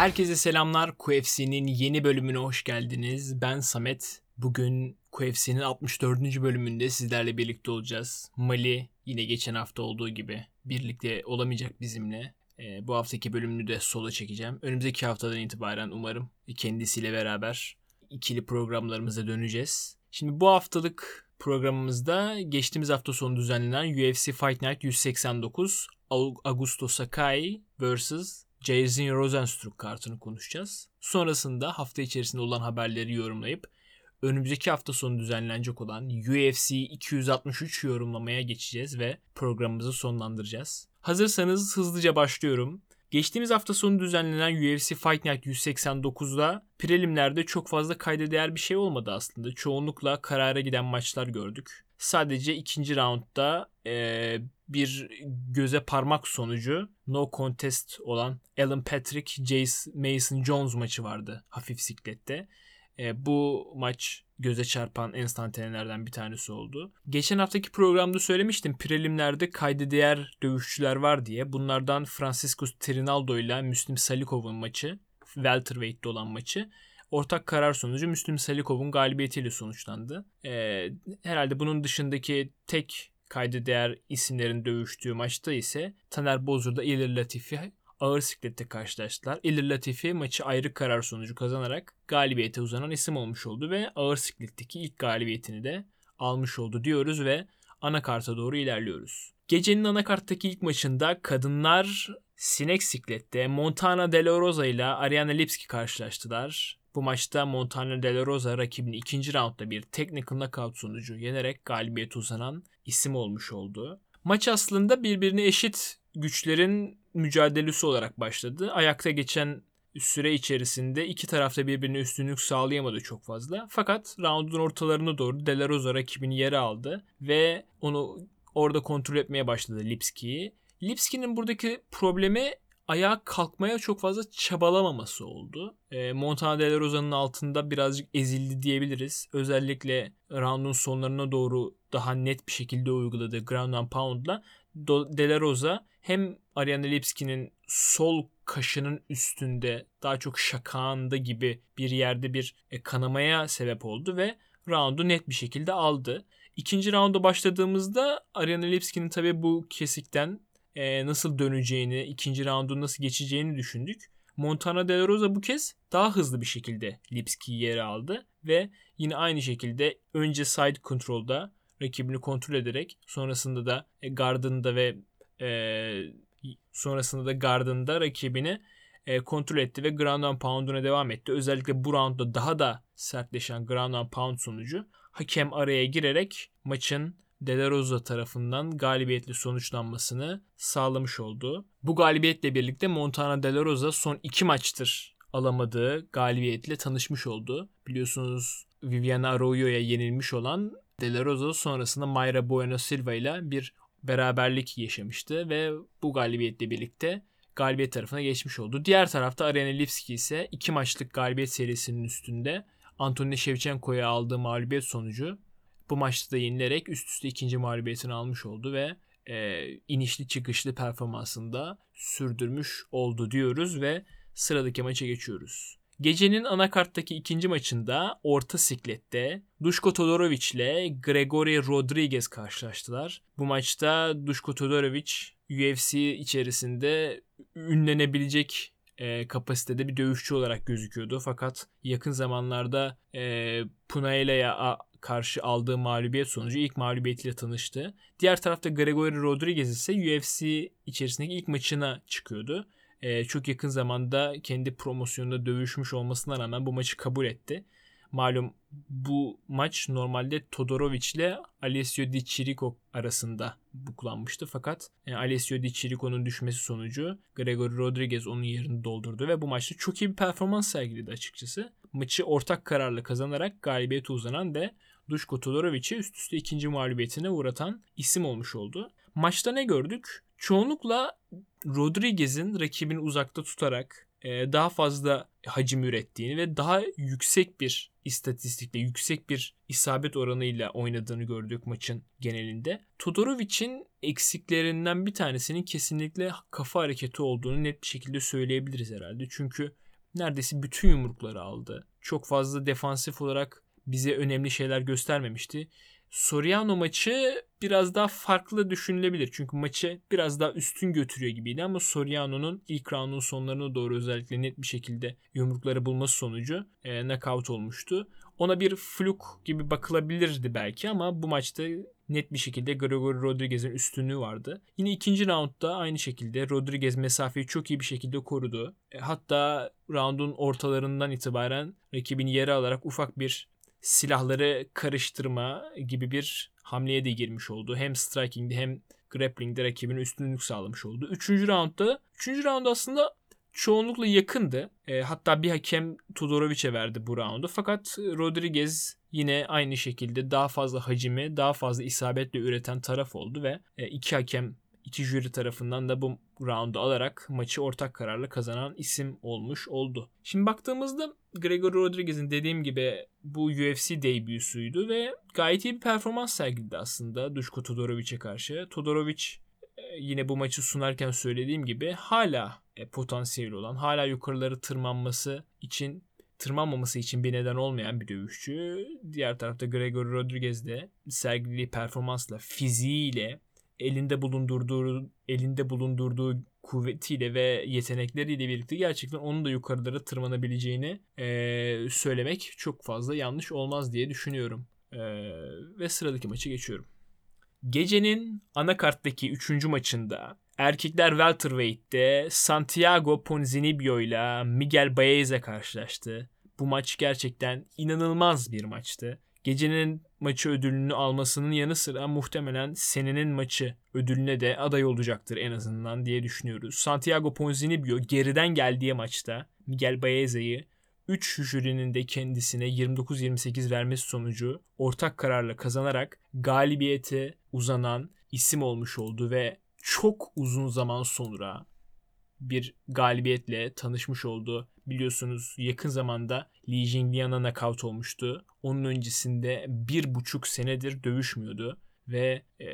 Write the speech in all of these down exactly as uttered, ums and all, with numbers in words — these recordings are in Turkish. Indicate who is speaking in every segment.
Speaker 1: Herkese selamlar. Q F C'nin yeni bölümüne hoş geldiniz. Ben Samet. Bugün Q F C'nin altmış dördüncü bölümünde sizlerle birlikte olacağız. Mali yine geçen hafta olduğu gibi birlikte olamayacak bizimle. Ee, bu haftaki bölümünü de solo çekeceğim. Önümüzdeki haftadan itibaren umarım kendisiyle beraber ikili programlarımıza döneceğiz. Şimdi bu haftalık programımızda geçtiğimiz hafta sonu düzenlenen U F C Fight Night yüz seksen dokuz Augusto Sakai vs Jairzinho Rozenstruik kartını konuşacağız. Sonrasında hafta içerisinde olan haberleri yorumlayıp önümüzdeki hafta sonu düzenlenecek olan U F C iki yüz altmış üç yorumlamaya geçeceğiz ve programımızı sonlandıracağız. Hazırsanız hızlıca başlıyorum. Geçtiğimiz hafta sonu düzenlenen U F C Fight Night yüz seksen dokuzda prelimlerde çok fazla kayda değer bir şey olmadı aslında. Çoğunlukla karara giden maçlar gördük. Sadece ikinci roundda ee, bir göze parmak sonucu no contest olan Alan Patrick Jace Mason Jones maçı vardı hafif siklette. E, bu maç göze çarpan enstantanelerden bir tanesi oldu. Geçen haftaki programda söylemiştim prelimlerde kayda değer dövüşçüler var diye. Bunlardan Francisco Trinaldo ile Müslim Salikov'un maçı, welterweight'te olan maçı. Ortak karar sonucu Müslim Salikov'un galibiyetiyle sonuçlandı. E, herhalde bunun dışındaki tek kayda değer isimlerin dövüştüğü maçta ise Taner Bozur'da İlir Latifi ağır siklette karşılaştılar. İlir Latifi maçı ayrı karar sonucu kazanarak galibiyete uzanan isim olmuş oldu ve ağır sikletteki ilk galibiyetini de almış oldu diyoruz ve anakarta doğru ilerliyoruz. Gecenin anakarttaki ilk maçında kadınlar sinek siklette Montana De La Rosa ile Ariane Lipski karşılaştılar. Bu maçta Montana De La Rosa rakibini ikinci roundda bir technical knockout sonucu yenerek galibiyete uzanan isim olmuş oldu. Maç aslında birbirine eşit güçlerin mücadelesi olarak başladı. Ayakta geçen süre içerisinde iki tarafta birbirine üstünlük sağlayamadı çok fazla. Fakat roundun ortalarına doğru De La Rosa rakibini yere aldı ve onu orada kontrol etmeye başladı Lipski'yi. Lipski'nin buradaki problemi ayağa kalkmaya çok fazla çabalamaması oldu. E, Montana De La Rosa'nın altında birazcık ezildi diyebiliriz. Özellikle roundun sonlarına doğru daha net bir şekilde uyguladığı ground and pound'la De La Rosa hem Ariane Lipski'nin sol kaşının üstünde daha çok şakağında gibi bir yerde bir kanamaya sebep oldu ve roundu net bir şekilde aldı. İkinci rounda başladığımızda Ariane Lipski'nin tabii bu kesikten e, nasıl döneceğini, ikinci roundun nasıl geçeceğini düşündük. Montana De La Rosa bu kez daha hızlı bir şekilde Lipski'yi yere aldı ve yine aynı şekilde önce side control'da rakibini kontrol ederek sonrasında da gardında ve e, sonrasında da gardında rakibini e, kontrol etti ve ground and pound'una devam etti. Özellikle bu roundda daha da sertleşen ground and pound sonucu hakem araya girerek maçın De La Rosa tarafından galibiyetle sonuçlanmasını sağlamış oldu. Bu galibiyetle birlikte Montana De La Rosa son iki maçtır alamadığı galibiyetle tanışmış oldu. Biliyorsunuz Viviane Arroyo'ya yenilmiş olan De La Rosa sonrasında Mayra Bueno Silva ile bir beraberlik yaşamıştı ve bu galibiyetle birlikte galibiyet tarafına geçmiş oldu. Diğer tarafta Ariane Lipski ise iki maçlık galibiyet serisinin üstünde Antonina Shevchenko'ya aldığı mağlubiyet sonucu bu maçta da yenilerek üst üste ikinci mağlubiyetini almış oldu ve e, inişli çıkışlı performansını da sürdürmüş oldu diyoruz ve sıradaki maça geçiyoruz. Gecenin anakarttaki ikinci maçında orta siklette Duško Todorović ile Gregory Rodriguez karşılaştılar. Bu maçta Duško Todorović U F C içerisinde ünlenebilecek e, kapasitede bir dövüşçü olarak gözüküyordu. Fakat yakın zamanlarda e, Punaela'ya karşı aldığı mağlubiyet sonucu ilk mağlubiyetiyle tanıştı. Diğer tarafta Gregory Rodriguez ise U F C içerisindeki ilk maçına çıkıyordu. Ee, çok yakın zamanda kendi promosyonunda dövüşmüş olmasına rağmen bu maçı kabul etti. Malum bu maç normalde Todorović ile Alessio Di Chirico arasında buklanmıştı. Fakat yani Alessio Di Chirico'nun düşmesi sonucu Gregory Rodriguez onun yerini doldurdu ve bu maçta çok iyi bir performans sergiledi açıkçası. Maçı ortak kararla kazanarak galibiyete uzanan ve Duško Todorović'i üst üste ikinci mağlubiyetine uğratan isim olmuş oldu. Maçta ne gördük? Çoğunlukla Rodriguez'in rakibini uzakta tutarak e, daha fazla hacim ürettiğini ve daha yüksek bir istatistikle, yüksek bir isabet oranıyla oynadığını gördük maçın genelinde. Todorović'in eksiklerinden bir tanesinin kesinlikle kafa hareketi olduğunu net bir şekilde söyleyebiliriz herhalde. Çünkü neredeyse bütün yumrukları aldı. Çok fazla defansif olarak bize önemli şeyler göstermemişti. Soriano maçı biraz daha farklı düşünülebilir. Çünkü maçı biraz daha üstün götürüyor gibiydi ama Soriano'nun ilk roundun sonlarına doğru özellikle net bir şekilde yumrukları bulması sonucu e, knockout olmuştu. Ona bir fluk gibi bakılabilirdi belki ama bu maçta net bir şekilde Gregory Rodriguez'in üstünlüğü vardı. Yine ikinci roundda aynı şekilde Rodriguez mesafeyi çok iyi bir şekilde korudu. E, hatta roundun ortalarından itibaren rakibini yere alarak ufak bir silahları karıştırma gibi bir hamleye de girmiş oldu. Hem striking'de hem grappling'de rakibine üstünlük sağlamış oldu. Üçüncü roundda, üçüncü round aslında çoğunlukla yakındı. E, hatta bir hakem Todorovic'e verdi bu roundu. Fakat Rodriguez yine aynı şekilde daha fazla hacimi, daha fazla isabetle üreten taraf oldu ve e, iki hakem, iki jüri tarafından da bu roundu alarak maçı ortak kararla kazanan isim olmuş oldu. Şimdi baktığımızda Gregory Rodriguez'in dediğim gibi bu U F C debüsüydü ve gayet iyi bir performans sergiledi aslında Duško Todorovic'e karşı. Todorovic yine bu maçı sunarken söylediğim gibi hala potansiyeli olan, hala yukarıları tırmanması için tırmanmaması için bir neden olmayan bir dövüşçü. Diğer tarafta Gregory Rodriguez de sergilediği performansla, fiziğiyle, elinde bulundurduğu elinde bulundurduğu kuvvetiyle ve yetenekleriyle birlikte gerçekten onun da yukarılara tırmanabileceğini e, söylemek çok fazla yanlış olmaz diye düşünüyorum. E, ve sıradaki maçı geçiyorum. Gecenin anakarttaki üçüncü maçında erkekler welterweight'te Santiago Ponzinibbio ile Miguel Baeza karşılaştı. Bu maç gerçekten inanılmaz bir maçtı. Gecenin maçı ödülünü almasının yanı sıra muhtemelen senenin maçı ödülüne de aday olacaktır en azından diye düşünüyoruz. Santiago Ponzinibbio geriden geldiği maçta Miguel Baeza'yı üç jürinin de kendisine yirmi dokuz yirmi sekiz vermesi sonucu ortak kararla kazanarak galibiyete uzanan isim olmuş oldu ve çok uzun zaman sonra bir galibiyetle tanışmış oldu. Biliyorsunuz yakın zamanda Li Jingliang'a knockout olmuştu. Onun öncesinde bir buçuk senedir dövüşmüyordu ve e,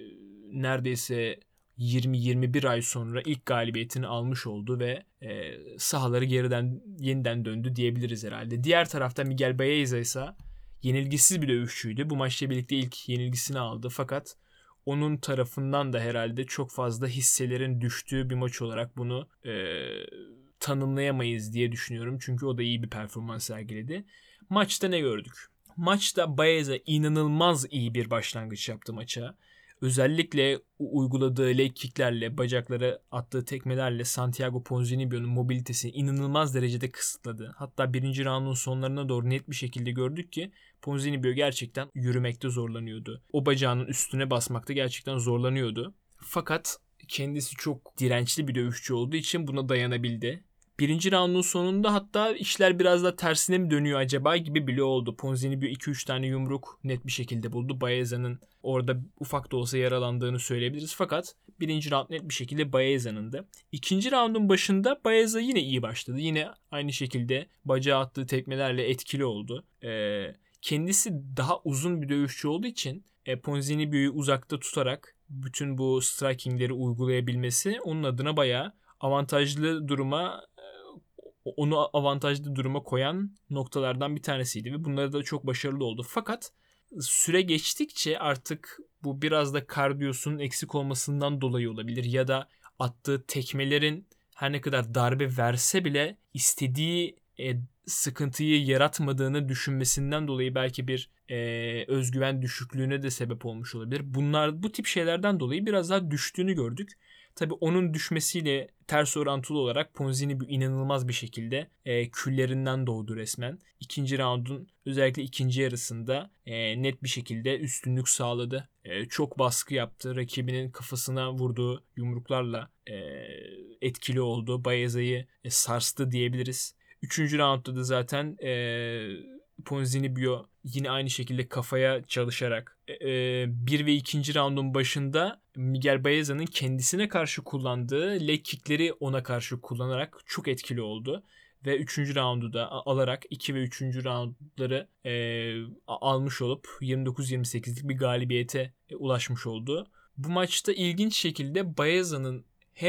Speaker 1: neredeyse yirmi yirmi bir ay sonra ilk galibiyetini almış oldu ve e, sahaları geriden yeniden döndü diyebiliriz herhalde. Diğer tarafta Miguel Baeza ise yenilgisiz bir dövüşçüydü. Bu maçla birlikte ilk yenilgisini aldı fakat onun tarafından da herhalde çok fazla hisselerin düştüğü bir maç olarak bunu e, tanımlayamayız diye düşünüyorum. Çünkü o da iyi bir performans sergiledi. Maçta ne gördük? Maçta Baeza inanılmaz iyi bir başlangıç yaptı maça. Özellikle uyguladığı leg kicklerle, bacaklara attığı tekmelerle Santiago Ponzinibbio'nun mobilitesini inanılmaz derecede kısıtladı. Hatta birinci roundun sonlarına doğru net bir şekilde gördük ki Ponzinibbio gerçekten yürümekte zorlanıyordu. O bacağının üstüne basmakta gerçekten zorlanıyordu. Fakat kendisi çok dirençli bir dövüşçü olduğu için buna dayanabildi. Birinci roundun sonunda hatta işler biraz da tersine mi dönüyor acaba gibi bile oldu. Ponzinibbio iki üç tane yumruk net bir şekilde buldu. Baeza'nın orada ufak da olsa yaralandığını söyleyebiliriz. Fakat birinci round net bir şekilde Baeza'nın da. İkinci roundun başında Baeza yine iyi başladı. Yine aynı şekilde bacağı attığı tekmelerle etkili oldu. Ee, kendisi daha uzun bir dövüşçü olduğu için e, Ponzinibbio'yu uzakta tutarak bütün bu strikingleri uygulayabilmesi onun adına bayağı avantajlı duruma onu avantajlı duruma koyan noktalardan bir tanesiydi ve bunları da çok başarılı oldu. Fakat süre geçtikçe artık bu biraz da kardiyosunun eksik olmasından dolayı olabilir ya da attığı tekmelerin her ne kadar darbe verse bile istediği e, sıkıntıyı yaratmadığını düşünmesinden dolayı belki bir e, özgüven düşüklüğüne de sebep olmuş olabilir. Bunlar bu tip şeylerden dolayı biraz daha düştüğünü gördük. Tabii onun düşmesiyle ters orantılı olarak Ponzinibbio inanılmaz bir şekilde e, küllerinden doğdu resmen. İkinci roundun özellikle ikinci yarısında e, net bir şekilde üstünlük sağladı. E, çok baskı yaptı. Rakibinin kafasına vurduğu yumruklarla e, etkili oldu. Baeza'yı e, sarstı diyebiliriz. Üçüncü roundda da zaten e, Ponzinibbio yine aynı şekilde kafaya çalışarak e, bir ve ikinci roundun başında Miguel Baeza'nın kendisine karşı kullandığı leg kickleri ona karşı kullanarak çok etkili oldu. Ve üçüncü roundu da alarak iki ve üçüncü roundları e, almış olup yirmi dokuz yirmi sekizlik bir galibiyete e, ulaşmış oldu. Bu maçta ilginç şekilde Baeza'nın hem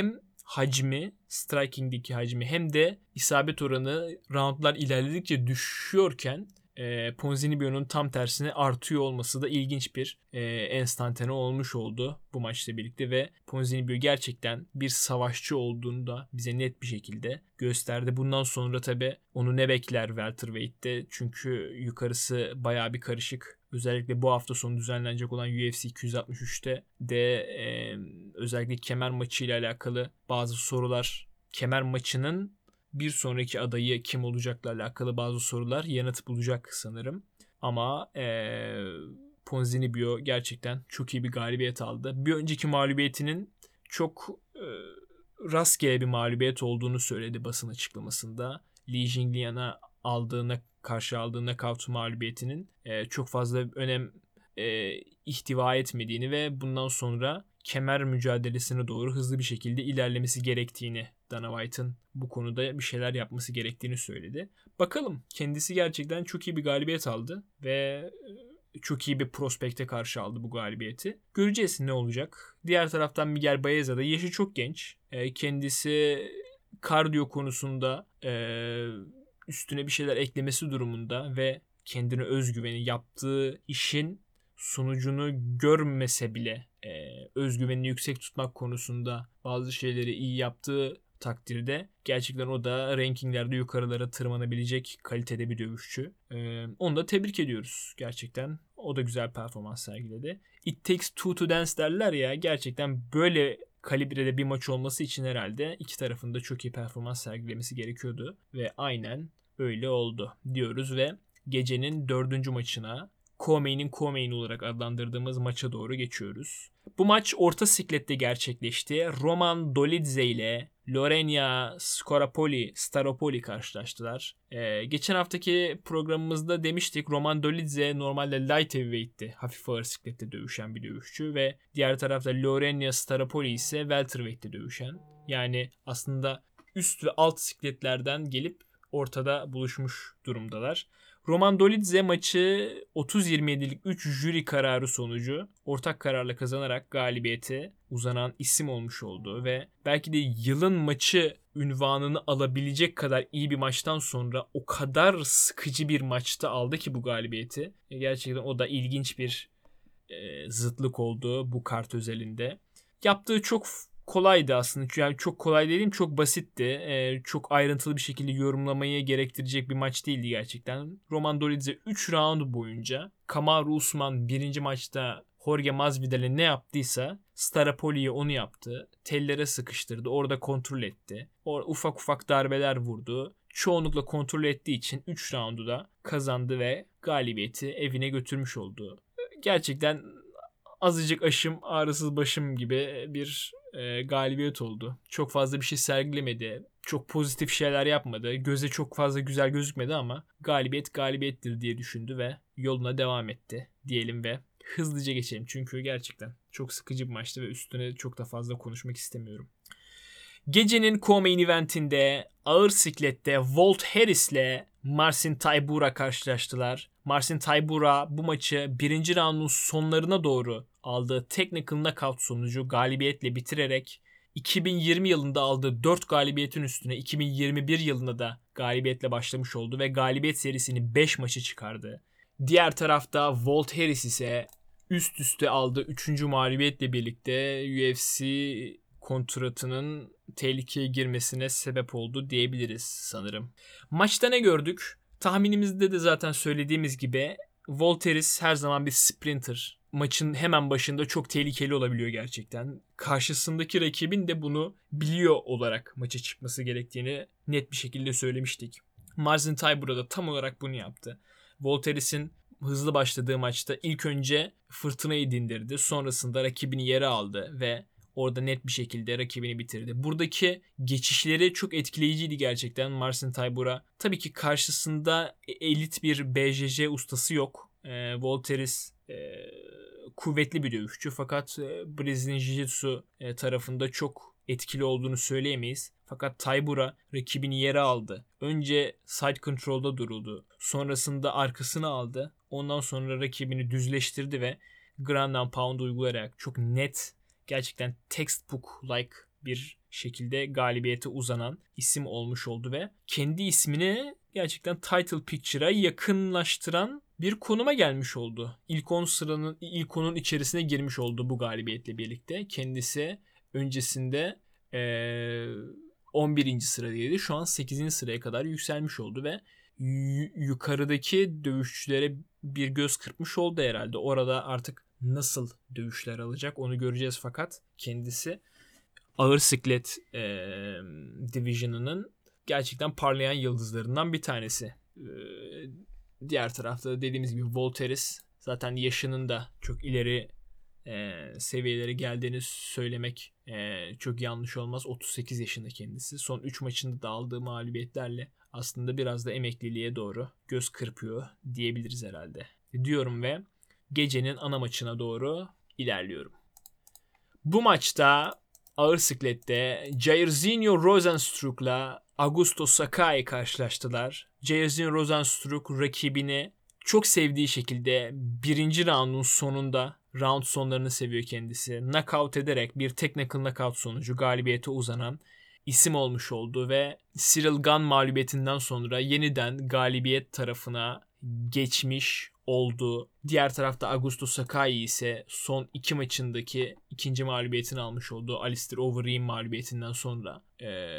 Speaker 1: hacmi, striking'deki hacmi hem de isabet oranı roundlar ilerledikçe düşüyorken e, Ponzinibbio'nun tam tersine artıyor olması da ilginç bir e, enstantane olmuş oldu bu maçla birlikte ve Ponzinibbio gerçekten bir savaşçı olduğunu da bize net bir şekilde gösterdi. Bundan sonra tabii onu ne bekler welterweight'te, çünkü yukarısı bayağı bir karışık. Özellikle bu hafta sonu düzenlenecek olan U F C iki yüz altmış üçte de e, özellikle kemer maçı ile alakalı bazı sorular, kemer maçının bir sonraki adayı kim olacakla alakalı bazı sorular yanıt bulacak sanırım. Ama e, Ponzinibbio gerçekten çok iyi bir galibiyet aldı. Bir önceki mağlubiyetinin çok e, rastgele bir mağlubiyet olduğunu söyledi basın açıklamasında. Li Jingliang'a aldığına karşı aldığı knockout mağlubiyetinin e, çok fazla önem e, ihtiva etmediğini ve bundan sonra kemer mücadelesine doğru hızlı bir şekilde ilerlemesi gerektiğini, Dana White'ın bu konuda bir şeyler yapması gerektiğini söyledi. Bakalım, kendisi gerçekten çok iyi bir galibiyet aldı ve çok iyi bir prospekte karşı aldı bu galibiyeti. Göreceğiz ne olacak. Diğer taraftan Miguel Baeza da yaşı çok genç. E, kendisi kardiyo konusunda e, üstüne bir şeyler eklemesi durumunda ve kendine özgüveni, yaptığı işin sonucunu görmese bile e, özgüvenini yüksek tutmak konusunda bazı şeyleri iyi yaptığı takdirde gerçekten o da rankinglerde yukarılara tırmanabilecek kalitede bir dövüşçü. E, onu da tebrik ediyoruz gerçekten. O da güzel performans sergiledi. It takes two to dance derler ya, gerçekten böyle kalibrede bir maç olması için herhalde iki tarafın da çok iyi performans sergilemesi gerekiyordu ve aynen öyle oldu diyoruz ve gecenin dördüncü maçına, Co-Main'in Co-Main olarak adlandırdığımız maça doğru geçiyoruz. Bu maç orta siklette gerçekleşti. Roman Dolidze ile Lorena Scorapoli, Staropoli karşılaştılar. Ee, geçen haftaki programımızda demiştik, Roman Dolidze normalde light heavyweight'ti. Hafif ağır siklette dövüşen bir dövüşçü ve diğer tarafta Lorena Staropoli ise welterweight'te dövüşen. Yani aslında üst ve alt sikletlerden gelip ortada buluşmuş durumdalar. Roman Dolidze maçı otuz yirmi yedilik üç jüri kararı sonucu ortak kararla kazanarak galibiyete uzanan isim olmuş oldu ve belki de yılın maçı unvanını alabilecek kadar iyi bir maçtan sonra o kadar sıkıcı bir maçta aldı ki bu galibiyeti. E gerçekten o da ilginç bir e, zıtlık oldu bu kart özelinde. Yaptığı çok kolaydı aslında. Yani çok kolay dediğim çok basitti. Ee, çok ayrıntılı bir şekilde yorumlamayı gerektirecek bir maç değildi gerçekten. Roman Dolidze üç round boyunca Kamaru Usman birinci maçta Jorge Masvidal'e ne yaptıysa Staropoli'ye onu yaptı. Tellere sıkıştırdı. Orada kontrol etti. Orada ufak ufak darbeler vurdu. Çoğunlukla kontrol ettiği için üç roundu da kazandı ve galibiyeti evine götürmüş oldu. Gerçekten azıcık aşım ağrısız başım gibi bir e, galibiyet oldu. Çok fazla bir şey sergilemedi. Çok pozitif şeyler yapmadı. Göze çok fazla güzel gözükmedi ama galibiyet galibiyettir diye düşündü ve yoluna devam etti diyelim ve hızlıca geçelim. Çünkü gerçekten çok sıkıcı bir maçtı ve üstüne çok da fazla konuşmak istemiyorum. Gecenin co-main eventinde ağır siklette Walt Harris ile Marcin Tybura karşılaştılar. Marcin Tybura bu maçı birinci roundun sonlarına doğru aldığı technical knockout sonucu galibiyetle bitirerek iki bin yirmi yılında aldığı dört galibiyetin üstüne iki bin yirmi bir yılında da galibiyetle başlamış oldu ve galibiyet serisini beş maçı çıkardı. Diğer tarafta Walt Harris ise üst üste aldığı üçüncü mağlubiyetle birlikte U F C kontratının tehlikeye girmesine sebep oldu diyebiliriz sanırım. Maçta ne gördük? Tahminimizde de zaten söylediğimiz gibi Walt Harris her zaman bir sprinter. Maçın hemen başında çok tehlikeli olabiliyor gerçekten. Karşısındaki rakibin de bunu biliyor olarak maça çıkması gerektiğini net bir şekilde söylemiştik. Marcin Tybura da tam olarak bunu yaptı. Walt Harris'in hızlı başladığı maçta ilk önce fırtınayı dindirdi. Sonrasında rakibini yere aldı ve orada net bir şekilde rakibini bitirdi. Buradaki geçişleri çok etkileyiciydi gerçekten Marcin Tybura. Tabii ki karşısında elit bir B J J ustası yok. E, Walt Harris e, kuvvetli bir dövüşçü fakat e, Brazilian Jiu-Jitsu e, tarafında çok etkili olduğunu söyleyemeyiz. Fakat Tybura rakibini yere aldı. Önce side control'da duruldu. Sonrasında arkasını aldı. Ondan sonra rakibini düzleştirdi ve ground and pound uygulayarak çok net, gerçekten textbook like bir şekilde galibiyete uzanan isim olmuş oldu ve kendi ismini gerçekten title picture'a yakınlaştıran bir konuma gelmiş oldu. İlk on sıranın ilk onun içerisine girmiş oldu bu galibiyetle birlikte. Kendisi öncesinde ee, on birinci sıradaydı. Şu an sekizinci sıraya kadar yükselmiş oldu ve y- yukarıdaki dövüşçülere bir göz kırpmış oldu herhalde. Orada artık nasıl dövüşler alacak onu göreceğiz, fakat kendisi ağır siklet e, division'ının gerçekten parlayan yıldızlarından bir tanesi. E, diğer tarafta dediğimiz gibi Volteris zaten yaşının da çok ileri e, seviyelere geldiğini söylemek e, çok yanlış olmaz. otuz sekiz yaşında kendisi. Son üç maçında da aldığı mağlubiyetlerle aslında biraz da emekliliğe doğru göz kırpıyor diyebiliriz herhalde. Diyorum ve gecenin ana maçına doğru ilerliyorum. Bu maçta ağır siklette Jairzinho Rozenstruik'la Augusto Sakai karşılaştılar. Jairzinho Rozenstruik rakibini çok sevdiği şekilde birinci roundun sonunda, round sonlarını seviyor kendisi, knockout ederek bir technical knockout sonucu galibiyete uzanan isim olmuş oldu ve Ciryl Gane mağlubiyetinden sonra yeniden galibiyet tarafına geçmiş oldu. Diğer tarafta Augusto Sakai ise son iki maçındaki ikinci mağlubiyetini almış oldu. Alistair Overeem mağlubiyetinden sonra ee,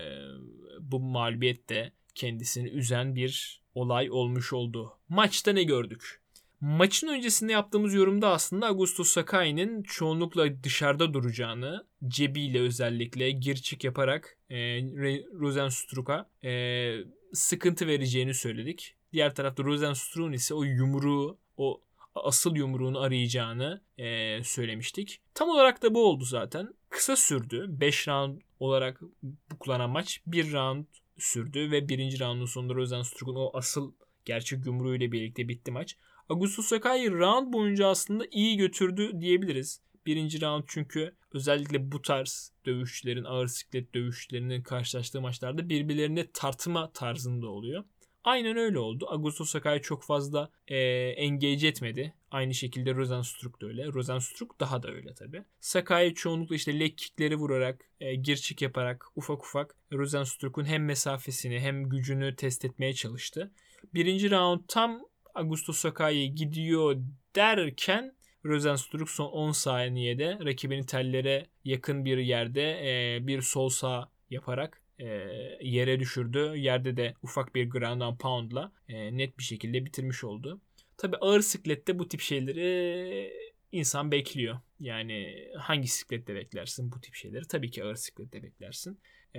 Speaker 1: bu mağlubiyet de kendisini üzen bir olay olmuş oldu. Maçta ne gördük? Maçın öncesinde yaptığımız yorumda aslında Augusto Sakai'nin çoğunlukla dışarıda duracağını, cebiyle özellikle gir çık yaparak e, Rozenstruik'a e, sıkıntı vereceğini söyledik. Diğer tarafta Rozenstruik'un ise o yumruğu, o asıl yumruğunu arayacağını e, söylemiştik. Tam olarak da bu oldu zaten. Kısa sürdü. beş round olarak buklanan maç bir round sürdü ve birinci roundun sonunda Rozenstruik'un o asıl gerçek yumruğuyla birlikte bitti maç. Augusto Sakai round boyunca aslında iyi götürdü diyebiliriz. Birinci round çünkü özellikle bu tarz dövüşçülerin, ağır siklet dövüşçülerinin karşılaştığı maçlarda birbirlerine tartma tarzında oluyor. Aynen öyle oldu. Augusto Sakai çok fazla e, engage etmedi. Aynı şekilde Rozenstruik de öyle. Rozenstruik daha da öyle tabii. Sakai çoğunlukla işte leg kickleri vurarak, e, gir çık yaparak ufak ufak Rozenstruik'un hem mesafesini hem gücünü test etmeye çalıştı. Birinci round tam Augusto Sakai gidiyor derken Rozenstruik son on saniyede rakibini tellere yakın bir yerde e, bir sol sağ yaparak e, yere düşürdü. Yerde de ufak bir ground and pound'la e, net bir şekilde bitirmiş oldu. Tabii ağır siklette bu tip şeyleri insan bekliyor. Yani hangi siklette beklersin bu tip şeyleri? Tabii ki ağır siklette beklersin.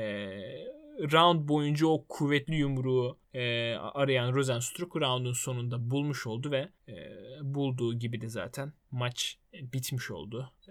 Speaker 1: Eee round boyunca o kuvvetli yumruğu e, arayan Rozenstruik roundun sonunda bulmuş oldu ve e, bulduğu gibi de zaten maç e, bitmiş oldu. E,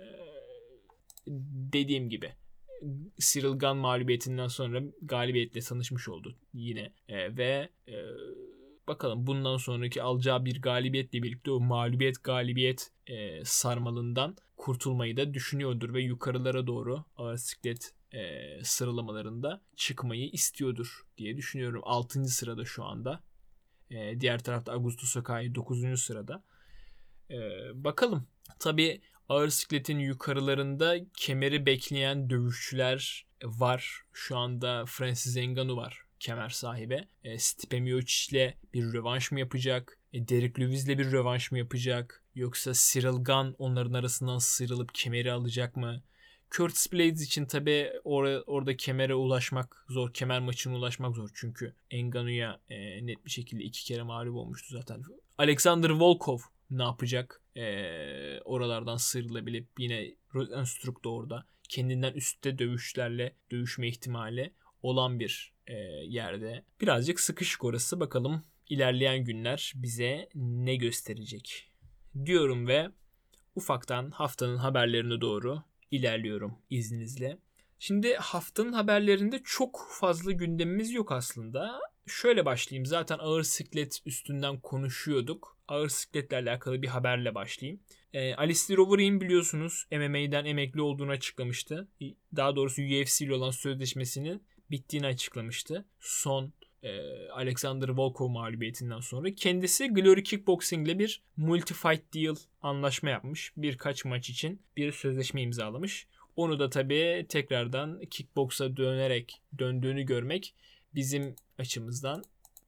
Speaker 1: dediğim gibi Ciryl Gane mağlubiyetinden sonra galibiyetle tanışmış oldu yine e, ve e, bakalım bundan sonraki alacağı bir galibiyetle birlikte o mağlubiyet galibiyet e, sarmalından kurtulmayı da düşünüyordur ve yukarılara doğru ağır siklet e, sıralamalarında çıkmayı istiyordur diye düşünüyorum. altıncı sırada şu anda. E, diğer tarafta Augusto Sakai dokuzuncu sırada. E, bakalım. Tabii ağır sikletin yukarılarında kemeri bekleyen dövüşçüler var. Şu anda Francis Ngannou var, kemer sahibi. E, Stipe Miocic'le bir rövanş mı yapacak? E, Derek Lewis'le bir rövanş mı yapacak? Yoksa Ciryl Gane onların arasından sıyrılıp kemeri alacak mı? Curtis Blades için tabi or- orada kemere ulaşmak zor. Kemer maçına ulaşmak zor. Çünkü Ngannou'ya e, net bir şekilde iki kere mağlup olmuştu zaten. Alexander Volkov ne yapacak? E, oralardan sıyrılabilip yine Rozenstruik de orada kendinden üstte dövüşlerle dövüşme ihtimali olan bir e, yerde. Birazcık sıkışık orası. Bakalım ilerleyen günler bize ne gösterecek diyorum ve ufaktan haftanın haberlerine doğru ilerliyorum izninizle. Şimdi haftanın haberlerinde çok fazla gündemimiz yok aslında. Şöyle başlayayım. Zaten ağır siklet üstünden konuşuyorduk. Ağır sikletle alakalı bir haberle başlayayım. E, Alistair Overeem biliyorsunuz M M A'den emekli olduğunu açıklamıştı. Daha doğrusu U F C ile olan sözleşmesinin bittiğini açıklamıştı. Son e, Alexander Volkov mağlubiyetinden sonra. Kendisi Glory Kickboxing ile bir multi-fight deal anlaşma yapmış. Birkaç maç için bir sözleşme imzalamış. Onu da tabii tekrardan kickboksa dönerek döndüğünü görmek bizim açımızdan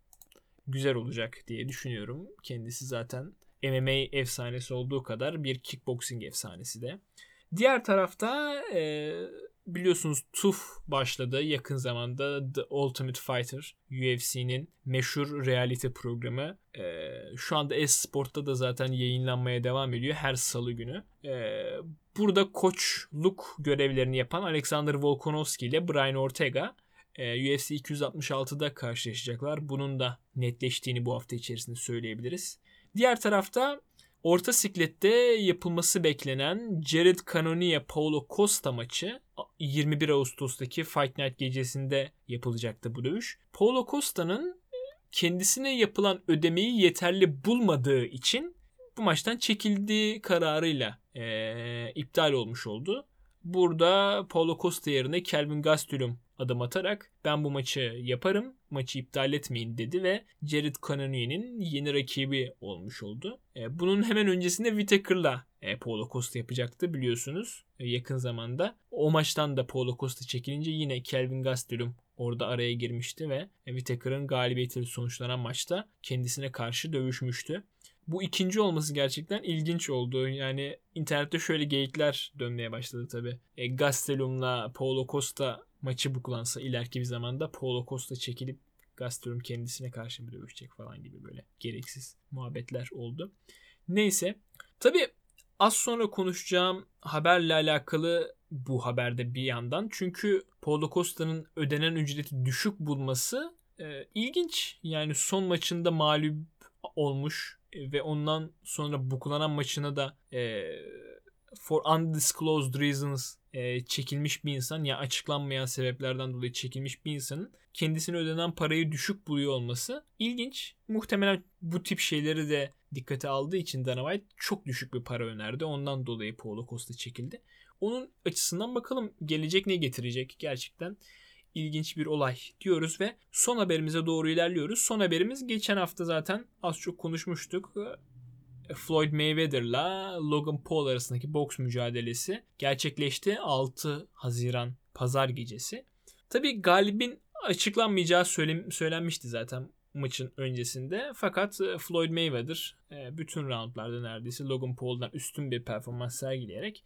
Speaker 1: güzel olacak diye düşünüyorum. Kendisi zaten M M A efsanesi olduğu kadar bir kickboxing efsanesi de. Diğer tarafta e, biliyorsunuz T U F başladı yakın zamanda, The Ultimate Fighter, U F C'nin meşhur reality programı. E, şu anda e-sportta da zaten yayınlanmaya devam ediyor her salı günü. E, burada koçluk görevlerini yapan Alexander Volkanovski ile Brian Ortega U F C iki yüz altmış altıda karşılaşacaklar. Bunun da netleştiğini bu hafta içerisinde söyleyebiliriz. Diğer tarafta orta siklette yapılması beklenen Jared Cannonier Paulo Costa maçı yirmi bir Ağustos'taki Fight Night gecesinde yapılacaktı bu dövüş. Paulo Costa'nın kendisine yapılan ödemeyi yeterli bulmadığı için bu maçtan çekildiği kararıyla ee, iptal olmuş oldu. Burada Paulo Costa yerine Kelvin Gastelum adım atarak ben bu maçı yaparım, maçı iptal etmeyin dedi ve Jared Cannonier'in yeni rakibi olmuş oldu. E, bunun hemen öncesinde Whittaker'la e, Paulo Costa yapacaktı biliyorsunuz e, yakın zamanda. O maçtan da Paulo Costa çekilince yine Kelvin Gastelum orada araya girmişti ve Whittaker'ın galibiyetiyle sonuçlanan maçta kendisine karşı dövüşmüştü. Bu ikinci olması gerçekten ilginç oldu. Yani internette şöyle geyikler dönmeye başladı tabii. E, Gastelum'la Paulo Costa maçı buklansa ileriki bir zamanda Paulo Costa çekilip Gastelum kendisine karşı mı dövüşecek falan gibi böyle gereksiz muhabbetler oldu. Neyse. Tabii az sonra konuşacağım haberle alakalı bu haberde bir yandan. Çünkü Paulo Costa'nın ödenen ücreti düşük bulması e, ilginç. Yani son maçında mağlup olmuş ve ondan sonra buklanan maçına da e, for undisclosed reasons e, çekilmiş bir insan, ya açıklanmayan sebeplerden dolayı çekilmiş bir insanın kendisine ödenen parayı düşük buluyor olması ilginç. Muhtemelen bu tip şeyleri de dikkate aldığı için Dana White çok düşük bir para önerdi. Ondan dolayı Paulo Costa çekildi. Onun açısından bakalım gelecek ne getirecek, gerçekten ilginç bir olay diyoruz ve son haberimize doğru ilerliyoruz. Son haberimiz geçen hafta zaten az çok konuşmuştuk. Floyd Mayweather'la Logan Paul arasındaki boks mücadelesi gerçekleşti altı Haziran Pazar gecesi. Tabii galibin açıklanmayacağı söyle- söylenmişti zaten maçın öncesinde. Fakat Floyd Mayweather bütün roundlarda neredeyse Logan Paul'dan üstün bir performans sergileyerek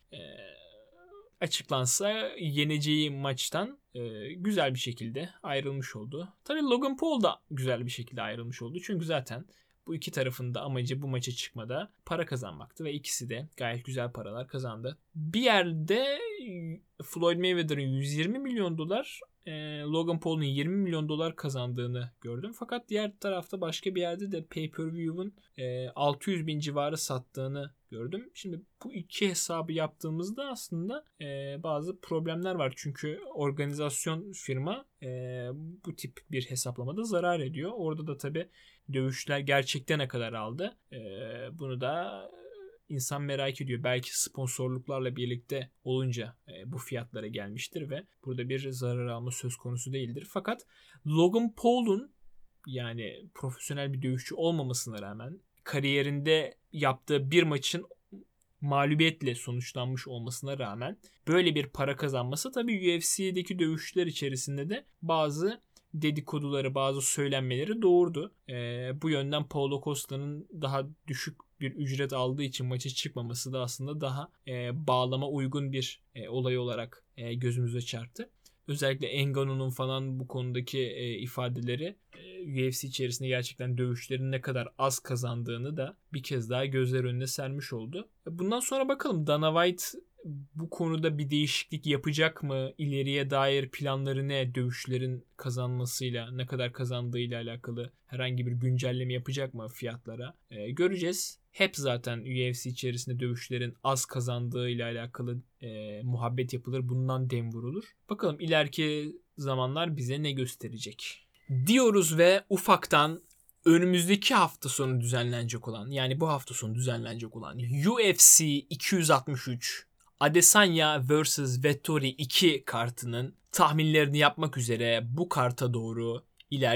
Speaker 1: açıklansa yeneceği maçtan e, güzel bir şekilde ayrılmış oldu. Tabii Logan Paul da güzel bir şekilde ayrılmış oldu. Çünkü zaten bu iki tarafın da amacı bu maça çıkmada para kazanmaktı ve ikisi de gayet güzel paralar kazandı. Bir yerde Floyd Mayweather'ın yüz yirmi milyon dolar, e, Logan Paul'un yirmi milyon dolar kazandığını gördüm. Fakat diğer tarafta başka bir yerde de pay-per-view'un e, altı yüz bin civarı sattığını gördüm. Şimdi bu iki hesabı yaptığımızda aslında e, bazı problemler var. Çünkü organizasyon firma e, bu tip bir hesaplamada zarar ediyor. Orada da tabii dövüşler gerçekten ne kadar aldı? E, bunu da insan merak ediyor. Belki sponsorluklarla birlikte olunca e, bu fiyatlara gelmiştir ve burada bir zarar alma söz konusu değildir. Fakat Logan Paul'un, yani profesyonel bir dövüşçü olmamasına rağmen, kariyerinde yaptığı bir maçın mağlubiyetle sonuçlanmış olmasına rağmen böyle bir para kazanması tabii U F C'deki dövüşçüler içerisinde de bazı dedikoduları, bazı söylenmeleri doğurdu. Ee, bu yönden Paulo Costa'nın daha düşük bir ücret aldığı için maça çıkmaması da aslında daha e, bağlama uygun bir e, olay olarak e, gözümüze çarptı. Özellikle Ngannou'nun falan bu konudaki e, ifadeleri e, U F C içerisinde gerçekten dövüşlerin ne kadar az kazandığını da bir kez daha gözler önüne sermiş oldu. Bundan sonra bakalım Dana White bu konuda bir değişiklik yapacak mı? İleriye dair planları ne? Dövüşlerin kazanmasıyla, ne kadar kazandığıyla alakalı herhangi bir güncelleme yapacak mı fiyatlara? E, göreceğiz. Hep zaten U F C içerisinde dövüşlerin az kazandığıyla alakalı e, muhabbet yapılır. Bundan dem vurulur. Bakalım ileriki zamanlar bize ne gösterecek diyoruz ve ufaktan önümüzdeki hafta sonu düzenlenecek olan, yani bu hafta sonu düzenlenecek olan U F C iki yüz altmış üç Adesanya vs Vettori iki kartının tahminlerini yapmak üzere bu karta doğru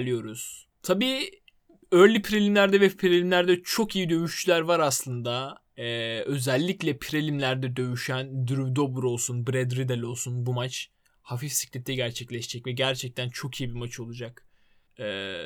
Speaker 1: ilerliyoruz. Tabii early prelimlerde ve prelimlerde çok iyi dövüşçüler var aslında. Ee, özellikle prelimlerde dövüşen Drew Dober olsun, Brad Riddell olsun bu maç hafif siklette gerçekleşecek ve gerçekten çok iyi bir maç olacak. Ee,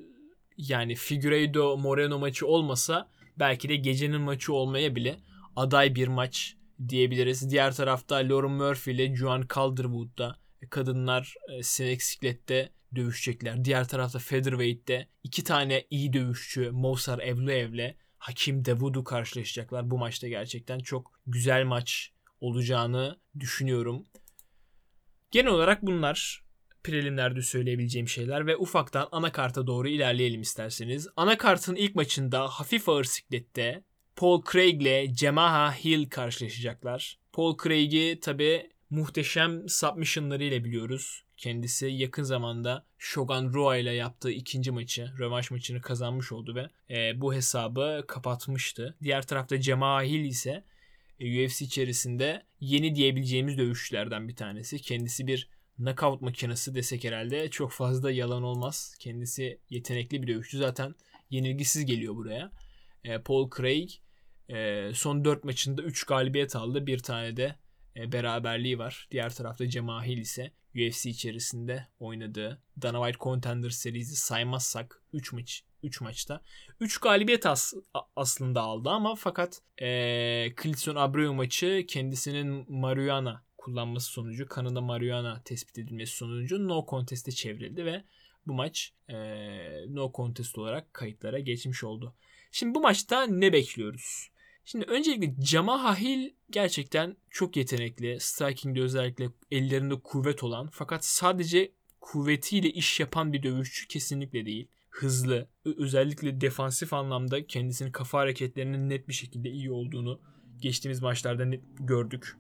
Speaker 1: yani Figueiredo Moreno maçı olmasa belki de gecenin maçı olmaya bile aday bir maç diyebiliriz. Diğer tarafta Lauren Murphy ile Joan Calderwood'da kadınlar e, sinek siklette dövüşecekler. Diğer tarafta Featherweight'te iki tane iyi dövüşçü Movsar Evloev'le Hakim Davudu karşılaşacaklar. Bu maçta gerçekten çok güzel maç olacağını düşünüyorum. Genel olarak bunlar prelimlerde söyleyebileceğim şeyler ve ufaktan anakarta doğru ilerleyelim isterseniz. Anakartın ilk maçında hafif ağır siklette Paul Craig ile Jemaha Hill karşılaşacaklar. Paul Craig'i tabi muhteşem submission'larıyla biliyoruz. Kendisi yakın zamanda Shogun Rua ile yaptığı ikinci maçı, rövanş maçını kazanmış oldu ve e, bu hesabı kapatmıştı. Diğer tarafta Jemaha Hill ise e, U F C içerisinde yeni diyebileceğimiz dövüşçülerden bir tanesi. Kendisi bir knockout makinesi desek herhalde çok fazla yalan olmaz. Kendisi yetenekli bir dövüşçü. Zaten yenilgisiz geliyor buraya. E, Paul Craig e, son dört maçında üç galibiyet aldı. Bir tane de e, beraberliği var. Diğer tarafta Cemahil ise U F C içerisinde oynadığı Dana White Contender serisi saymazsak üç maç üç maçta üç galibiyet as- aslında aldı ama fakat e, Klidson Abreu maçı kendisinin marijuana kullanması sonucu, kanında marijuana tespit edilmesi sonucu no contest'e çevrildi ve bu maç e, no contest olarak kayıtlara geçmiş oldu. Şimdi bu maçta ne bekliyoruz? Şimdi öncelikle Jemaha Hill gerçekten çok yetenekli. Striking'de özellikle ellerinde kuvvet olan fakat sadece kuvvetiyle iş yapan bir dövüşçü kesinlikle değil. Hızlı, özellikle defansif anlamda kendisinin kafa hareketlerinin net bir şekilde iyi olduğunu geçtiğimiz maçlarda net gördük.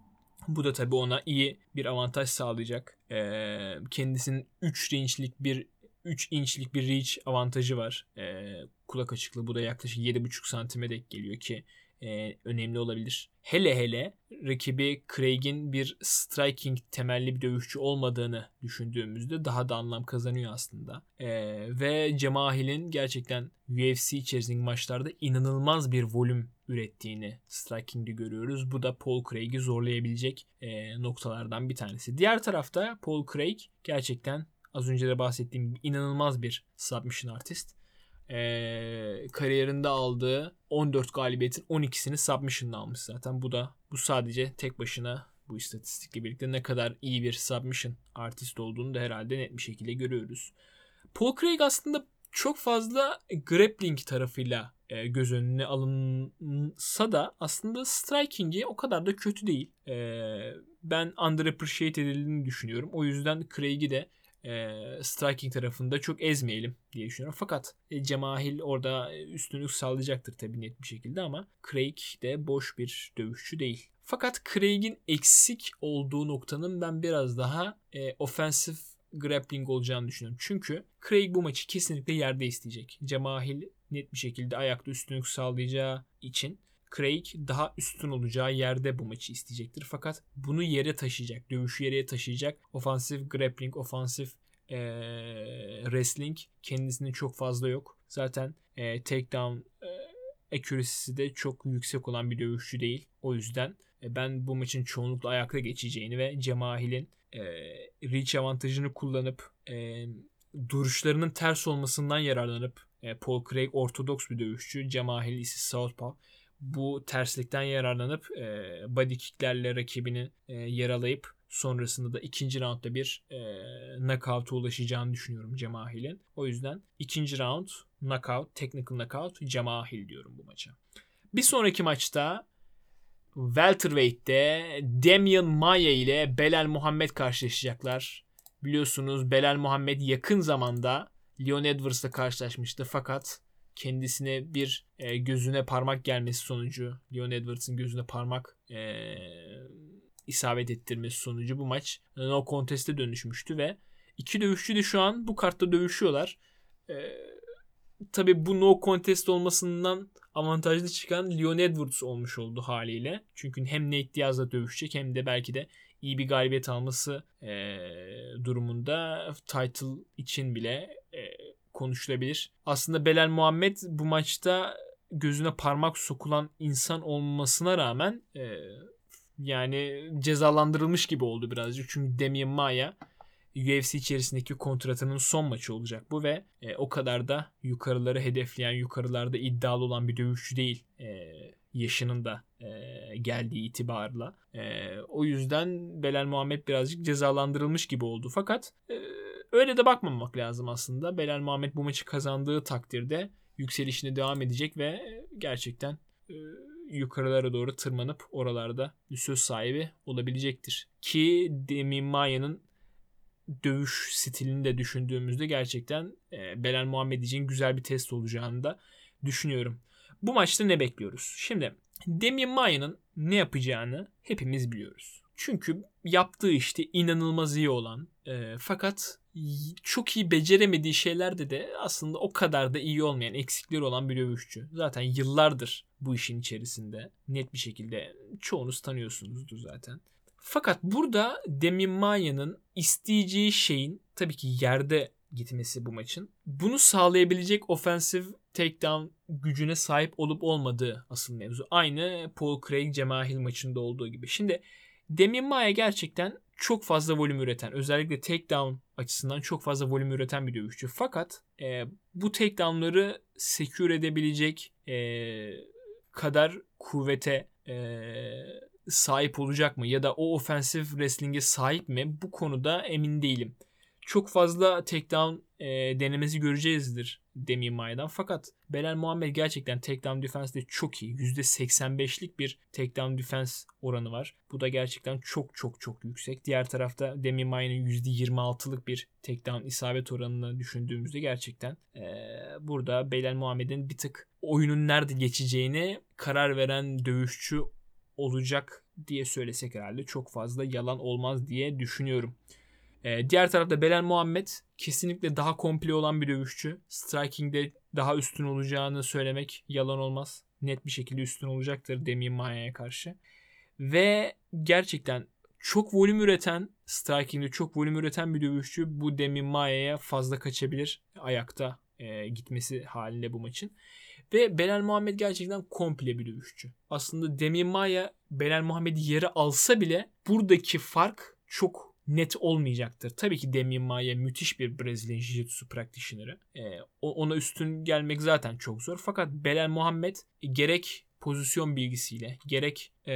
Speaker 1: Bu da tabii ona iyi bir avantaj sağlayacak. Ee, kendisinin üç inçlik bir üç inçlik bir reach avantajı var. Ee, kulak açıklığı bu da yaklaşık yedi buçuk santime denk geliyor ki e, önemli olabilir. Hele hele rakibi Craig'in bir striking temelli bir dövüşçü olmadığını düşündüğümüzde daha da anlam kazanıyor aslında. Ee, ve Cemahil'in gerçekten U F C içerisindeki maçlarda inanılmaz bir volüm ürettiğini striking'de görüyoruz. Bu da Paul Craig'i zorlayabilecek e, noktalardan bir tanesi. Diğer tarafta Paul Craig gerçekten az önce de bahsettiğim gibi inanılmaz bir submission artist. Ee, kariyerinde aldığı on dört galibiyetin on ikisini submission'la almış zaten. Bu da bu sadece tek başına bu istatistikle birlikte ne kadar iyi bir submission artist olduğunu da herhalde net bir şekilde görüyoruz. Paul Craig aslında çok fazla grappling tarafıyla e, göz önüne alınsa da aslında striking'i o kadar da kötü değil. E, ben underappreciate edildiğini düşünüyorum. O yüzden Craig'i de e, striking tarafında çok ezmeyelim diye düşünüyorum. Fakat e, Cemahil orada üstünlük sağlayacaktır tabii net bir şekilde ama Craig de boş bir dövüşçü değil. Fakat Craig'in eksik olduğu noktanın ben biraz daha e, offensive grappling olacağını düşünüyorum. Çünkü Craig bu maçı kesinlikle yerde isteyecek. Cemahil net bir şekilde ayakta üstünlük sağlayacağı için Craig daha üstün olacağı yerde bu maçı isteyecektir. Fakat bunu yere taşıyacak, dövüşü yere taşıyacak ofansif grappling, ofansif ee, wrestling kendisinin çok fazla yok. Zaten e, takedown e, accuracy'si de çok yüksek olan bir dövüşçü değil. O yüzden e, ben bu maçın çoğunlukla ayakta geçeceğini ve Cemahil'in e, reach avantajını kullanıp e, duruşlarının ters olmasından yararlanıp e, Paul Craig ortodoks bir dövüşçü, Cemahil ise southpaw. Bu terslikten yararlanıp e, body kicklerle rakibini e, yaralayıp sonrasında da ikinci roundda bir e, knockout'a ulaşacağını düşünüyorum Cemahil'in. O yüzden ikinci round knockout, technical knockout Cemahil diyorum bu maça. Bir sonraki maçta welterweight'te Demian Maia ile Belal Muhammed karşılaşacaklar. Biliyorsunuz Belal Muhammed yakın zamanda Leon Edwards'la karşılaşmıştı fakat kendisine bir e, gözüne parmak gelmesi sonucu, Leon Edwards'ın gözüne parmak e, isabet ettirmesi sonucu bu maç no contest'e dönüşmüştü ve iki dövüşçü de şu an bu kartta dövüşüyorlar. E, tabii bu no contest olmasından avantajlı çıkan Leon Edwards olmuş oldu haliyle. Çünkü hem Nate Diaz'la dövüşecek hem de belki de iyi bir galibiyet alması e, durumunda title için bile e, konuşulabilir. Aslında Belal Muhammed bu maçta gözüne parmak sokulan insan olmasına rağmen e, yani cezalandırılmış gibi oldu birazcık. Çünkü Demian Maia U F C içerisindeki kontratının son maçı olacak bu ve e, o kadar da yukarıları hedefleyen, yukarılarda iddialı olan bir dövüşçü değil. E, yaşının da e, geldiği itibarla. E, o yüzden Belal Muhammed birazcık cezalandırılmış gibi oldu. Fakat e, öyle de bakmamak lazım aslında. Belal Muhammed bu maçı kazandığı takdirde yükselişine devam edecek ve gerçekten e, yukarılara doğru tırmanıp oralarda söz sahibi olabilecektir. Ki Demian Maia'nın dövüş stilini de düşündüğümüzde gerçekten e, Belal Muhammed için güzel bir test olacağını da düşünüyorum. Bu maçta ne bekliyoruz? Şimdi Demian Maia'nın ne yapacağını hepimiz biliyoruz. Çünkü yaptığı işte inanılmaz iyi olan e, fakat çok iyi beceremediği şeylerde de aslında o kadar da iyi olmayan, eksikleri olan bir dövüşçü. Zaten yıllardır bu işin içerisinde, net bir şekilde çoğunuz tanıyorsunuzdur zaten. Fakat burada Demian Maia'nın isteyeceği şeyin tabii ki yerde gitmesi bu maçın. Bunu sağlayabilecek ofensif takedown gücüne sahip olup olmadığı asıl mevzu. Aynı Paul Craig Cemahil maçında olduğu gibi. Şimdi Demian Maia gerçekten çok fazla volüm üreten, özellikle takedown açısından çok fazla volüm üreten bir dövüşçü. Fakat e, bu takedownları secure edebilecek e, kadar kuvvete e, sahip olacak mı? Ya da o ofensif wrestling'e sahip mi? Bu konuda emin değilim. Çok fazla takedown e, denemesi göreceğizdir Demian Maia'dan. Fakat Belal Muhammed gerçekten takedown defense'de çok iyi. yüzde seksen beşlik bir takedown defense oranı var. Bu da gerçekten çok çok çok yüksek. Diğer tarafta Demian Maia'nın yüzde yirmi altılık bir takedown isabet oranını düşündüğümüzde gerçekten e, burada Belal Muhammed'in bir tık oyunun nerede geçeceğine karar veren dövüşçü olacak diye söylesek herhalde çok fazla yalan olmaz diye düşünüyorum. Ee, diğer tarafta Belal Muhammed kesinlikle daha komple olan bir dövüşçü. Striking'de daha üstün olacağını söylemek yalan olmaz. Net bir şekilde üstün olacaktır Demian Maia'ya karşı. Ve gerçekten çok volüm üreten, striking'de çok volüm üreten bir dövüşçü. Bu Demian Maia'ya fazla kaçabilir ayakta e, gitmesi halinde bu maçın. Ve Belal Muhammed gerçekten komple bir dövüşçü. Aslında Demian Maia Belal Muhammed'i yere alsa bile buradaki fark çok net olmayacaktır. Tabii ki Demian Maia müthiş bir Brezilya Jiu-Jitsu practitioner'ı. Ee, ona üstün gelmek zaten çok zor. Fakat Belal Muhammed gerek pozisyon bilgisiyle gerek e,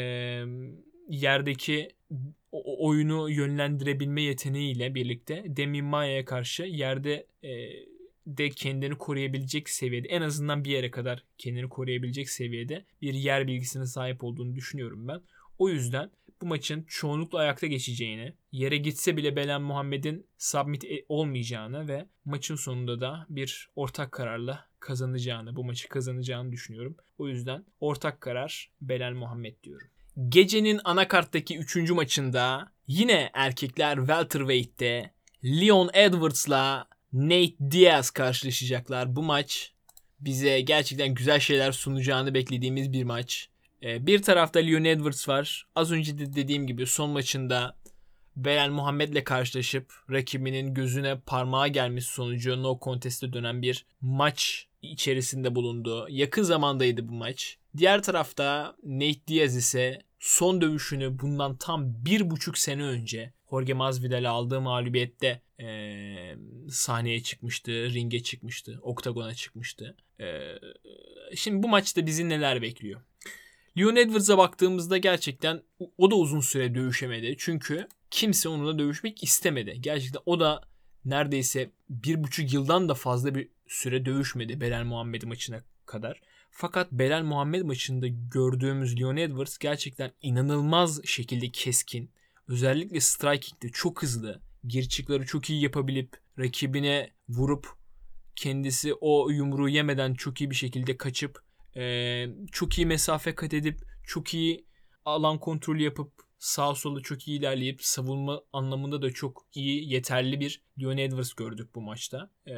Speaker 1: yerdeki o, oyunu yönlendirebilme yeteneğiyle birlikte Demian Maia'ya karşı yerde e, de kendini koruyabilecek seviyede, en azından bir yere kadar kendini koruyabilecek seviyede bir yer bilgisine sahip olduğunu düşünüyorum ben. O yüzden bu maçın çoğunlukla ayakta geçeceğini, yere gitse bile Belal Muhammed'in submit olmayacağını ve maçın sonunda da bir ortak kararla kazanacağını, bu maçı kazanacağını düşünüyorum. O yüzden ortak karar Belal Muhammed diyorum. Gecenin anakarttaki üçüncü maçında yine erkekler welterweight'te Leon Edwards'la Nate Diaz karşılaşacaklar. Bu maç bize gerçekten güzel şeyler sunacağını beklediğimiz bir maç. Bir tarafta Leon Edwards var. Az önce de dediğim gibi son maçında Belal Muhammed'le karşılaşıp rakibinin gözüne parmağı gelmesi sonucu no contest'e dönen bir maç içerisinde bulundu. Yakın zamandaydı bu maç. Diğer tarafta Nate Diaz ise son dövüşünü bundan tam bir buçuk sene önce Jorge Masvidal'e aldığı mağlubiyette ee, sahneye çıkmıştı, ringe çıkmıştı, oktagona çıkmıştı. Ee, şimdi bu maçta bizi neler bekliyor? Leon Edwards'a baktığımızda gerçekten o da uzun süre dövüşemedi. Çünkü kimse onunla dövüşmek istemedi. Gerçekten o da neredeyse bir buçuk yıldan da fazla bir süre dövüşmedi Belal Muhammed maçına kadar. Fakat Belal Muhammed maçında gördüğümüz Leon Edwards gerçekten inanılmaz şekilde keskin. Özellikle striking'de çok hızlı. Gir çıkları çok iyi yapabilip rakibine vurup kendisi o yumruğu yemeden çok iyi bir şekilde kaçıp e, çok iyi mesafe kat edip çok iyi alan kontrolü yapıp sağa sola çok iyi ilerleyip savunma anlamında da çok iyi, yeterli bir Leon Edwards gördük bu maçta. E,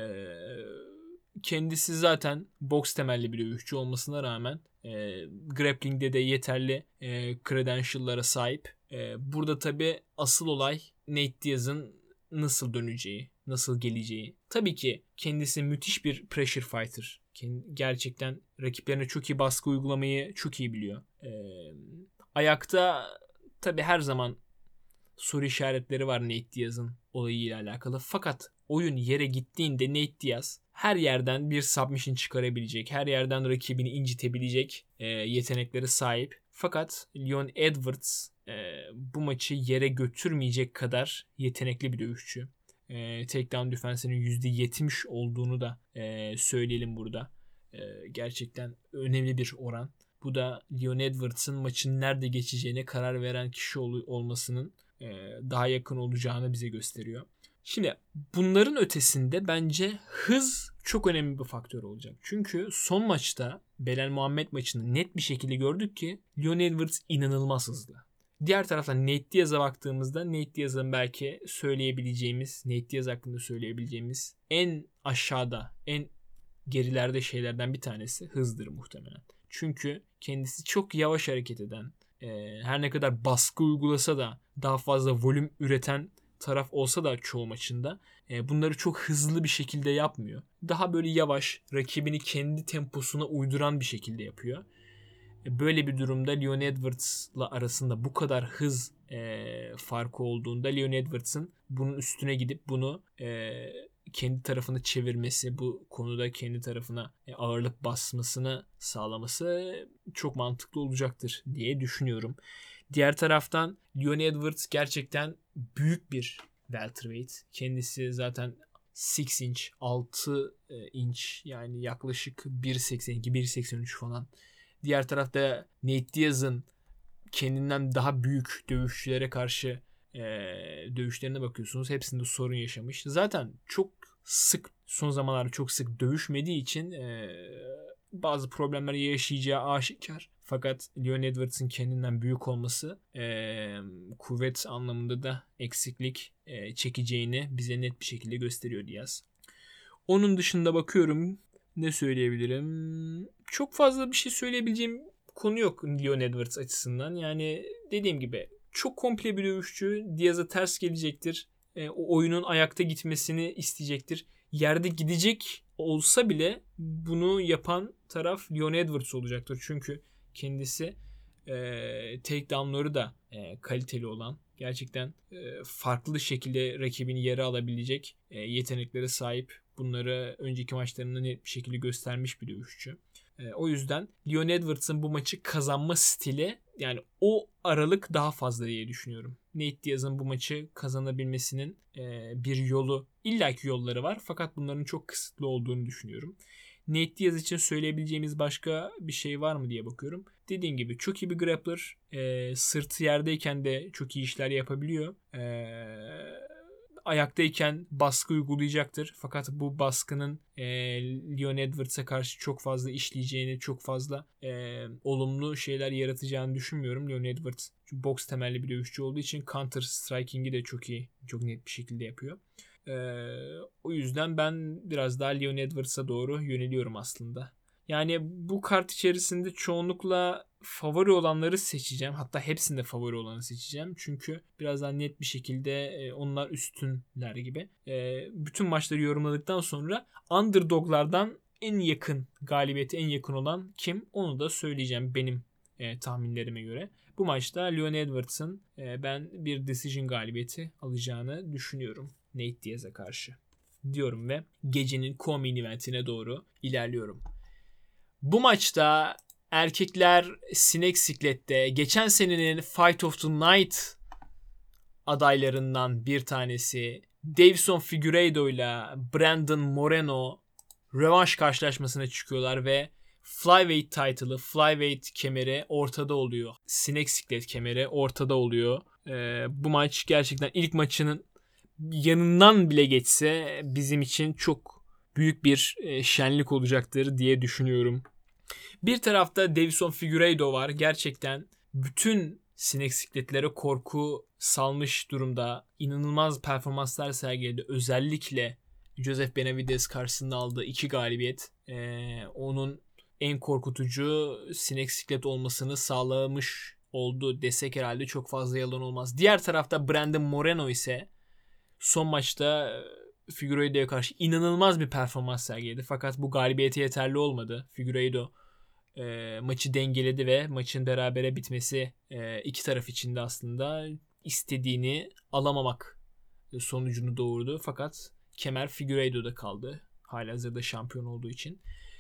Speaker 1: kendisi zaten boks temelli bir dövüşçü olmasına rağmen e, grappling'de de yeterli e, credential'lara sahip. E, burada tabii asıl olay Nate Diaz'ın nasıl döneceği, nasıl geleceği. Tabii ki kendisi müthiş bir pressure fighter. Gerçekten rakiplerine çok iyi baskı uygulamayı çok iyi biliyor. Ee, ayakta tabii her zaman soru işaretleri var Nate Diaz'ın olayıyla alakalı. Fakat oyun yere gittiğinde Nate Diaz her yerden bir submission çıkarabilecek, her yerden rakibini incitebilecek e, yeteneklere sahip. Fakat Leon Edwards e, bu maçı yere götürmeyecek kadar yetenekli bir dövüşçü. E, takedown defense'inin yüzde yetmiş olduğunu da e, söyleyelim burada. E, gerçekten önemli bir oran. Bu da Leon Edwards'ın maçın nerede geçeceğine karar veren kişi ol- olmasının e, daha yakın olacağını bize gösteriyor. Şimdi bunların ötesinde bence hız çok önemli bir faktör olacak. Çünkü son maçta Belal Muhammed maçında net bir şekilde gördük ki Leon Edwards inanılmaz hızlı. Diğer taraftan Nate Diaz'a baktığımızda Nate Diaz'ın belki söyleyebileceğimiz, Nate Diaz hakkında söyleyebileceğimiz en aşağıda, en gerilerde şeylerden bir tanesi hızdır muhtemelen. Çünkü kendisi çok yavaş hareket eden, her ne kadar baskı uygulasa da daha fazla volüm üreten taraf olsa da çoğu maçında bunları çok hızlı bir şekilde yapmıyor. Daha böyle yavaş, rakibini kendi temposuna uyduran bir şekilde yapıyor. Böyle bir durumda Leon Edwards'la arasında bu kadar hız e, farkı olduğunda Leon Edwards'ın bunun üstüne gidip bunu e, kendi tarafını çevirmesi, bu konuda kendi tarafına ağırlık basmasını sağlaması çok mantıklı olacaktır diye düşünüyorum. Diğer taraftan Leon Edwards gerçekten büyük bir welterweight. Kendisi zaten altı inç, altı inç yani yaklaşık bir seksen iki bir seksen üç falan. Diğer tarafta Nate Diaz'ın kendinden daha büyük dövüşçülere karşı e, dövüşlerine bakıyorsunuz. Hepsinde sorun yaşamış. Zaten çok sık son zamanlarda çok sık dövüşmediği için e, bazı problemler yaşayacağı aşikar. Fakat Leon Edwards'ın kendinden büyük olması e, kuvvet anlamında da eksiklik e, çekeceğini bize net bir şekilde gösteriyor Diaz. Onun dışında bakıyorum ne söyleyebilirim? Çok fazla bir şey söyleyebileceğim konu yok Leon Edwards açısından. Yani dediğim gibi çok komple bir dövüşçü. Diaz'a ters gelecektir. E, o oyunun ayakta gitmesini isteyecektir. Yerde gidecek olsa bile bunu yapan taraf Leon Edwards olacaktır. Çünkü kendisi e, takedown'ları da e, kaliteli olan, gerçekten e, farklı şekilde rakibini yere alabilecek e, yeteneklere sahip. Bunları önceki maçlarında net bir şekilde göstermiş bir dövüşçü. E, o yüzden Leon Edwards'ın bu maçı kazanma stili, yani o aralık daha fazla diye düşünüyorum. Nate Diaz'ın bu maçı kazanabilmesinin e, bir yolu, illaki yolları var fakat bunların çok kısıtlı olduğunu düşünüyorum. Nate Diaz için söyleyebileceğimiz başka bir şey var mı diye bakıyorum. Dediğim gibi çok iyi bir grappler. E, sırtı yerdeyken de çok iyi işler yapabiliyor. Eee ayaktayken baskı uygulayacaktır. Fakat bu baskının e, Leon Edwards'a karşı çok fazla işleyeceğini, çok fazla e, olumlu şeyler yaratacağını düşünmüyorum. Leon Edwards boks temelli bir dövüşçü olduğu için counter striking'i de çok iyi, çok net bir şekilde yapıyor. E, o yüzden ben biraz daha Leon Edwards'a doğru yöneliyorum aslında. Yani bu kart içerisinde çoğunlukla favori olanları seçeceğim. Hatta hepsinde favori olanı seçeceğim. Çünkü biraz daha net bir şekilde onlar üstünler gibi. Bütün maçları yorumladıktan sonra underdoglardan en yakın, galibiyete en yakın olan kim? Onu da söyleyeceğim benim tahminlerime göre. Bu maçta Leon Edwards'ın ben bir decision galibiyeti alacağını düşünüyorum Nate Diaz'a karşı diyorum ve gecenin co-main eventine doğru ilerliyorum. Bu maçta erkekler sinek siklette geçen senenin Fight of the Night adaylarından bir tanesi Deiveson Figueiredo ile Brandon Moreno rövanş karşılaşmasına çıkıyorlar ve flyweight title'ı, flyweight kemeri ortada oluyor. Sinek siklet kemeri ortada oluyor. Ee, bu maç gerçekten ilk maçının yanından bile geçse bizim için çok büyük bir e, şenlik olacaktır diye düşünüyorum. Bir tarafta Deiveson Figueiredo var. Gerçekten bütün sinek sikletlere korku salmış durumda. İnanılmaz performanslar sergiledi. Özellikle Joseph Benavidez karşısında aldığı iki galibiyet ee, onun en korkutucu sinek siklet olmasını sağlamış oldu desek herhalde çok fazla yalan olmaz. Diğer tarafta Brandon Moreno ise son maçta Figueiredo'ya karşı inanılmaz bir performans sergiledi. Fakat bu galibiyete yeterli olmadı. Figueiredo e, maçı dengeledi ve maçın berabere bitmesi e, iki taraf için de aslında istediğini alamamak sonucunu doğurdu. Fakat kemer Figueiredo'da kaldı. Halihazırda şampiyon olduğu için.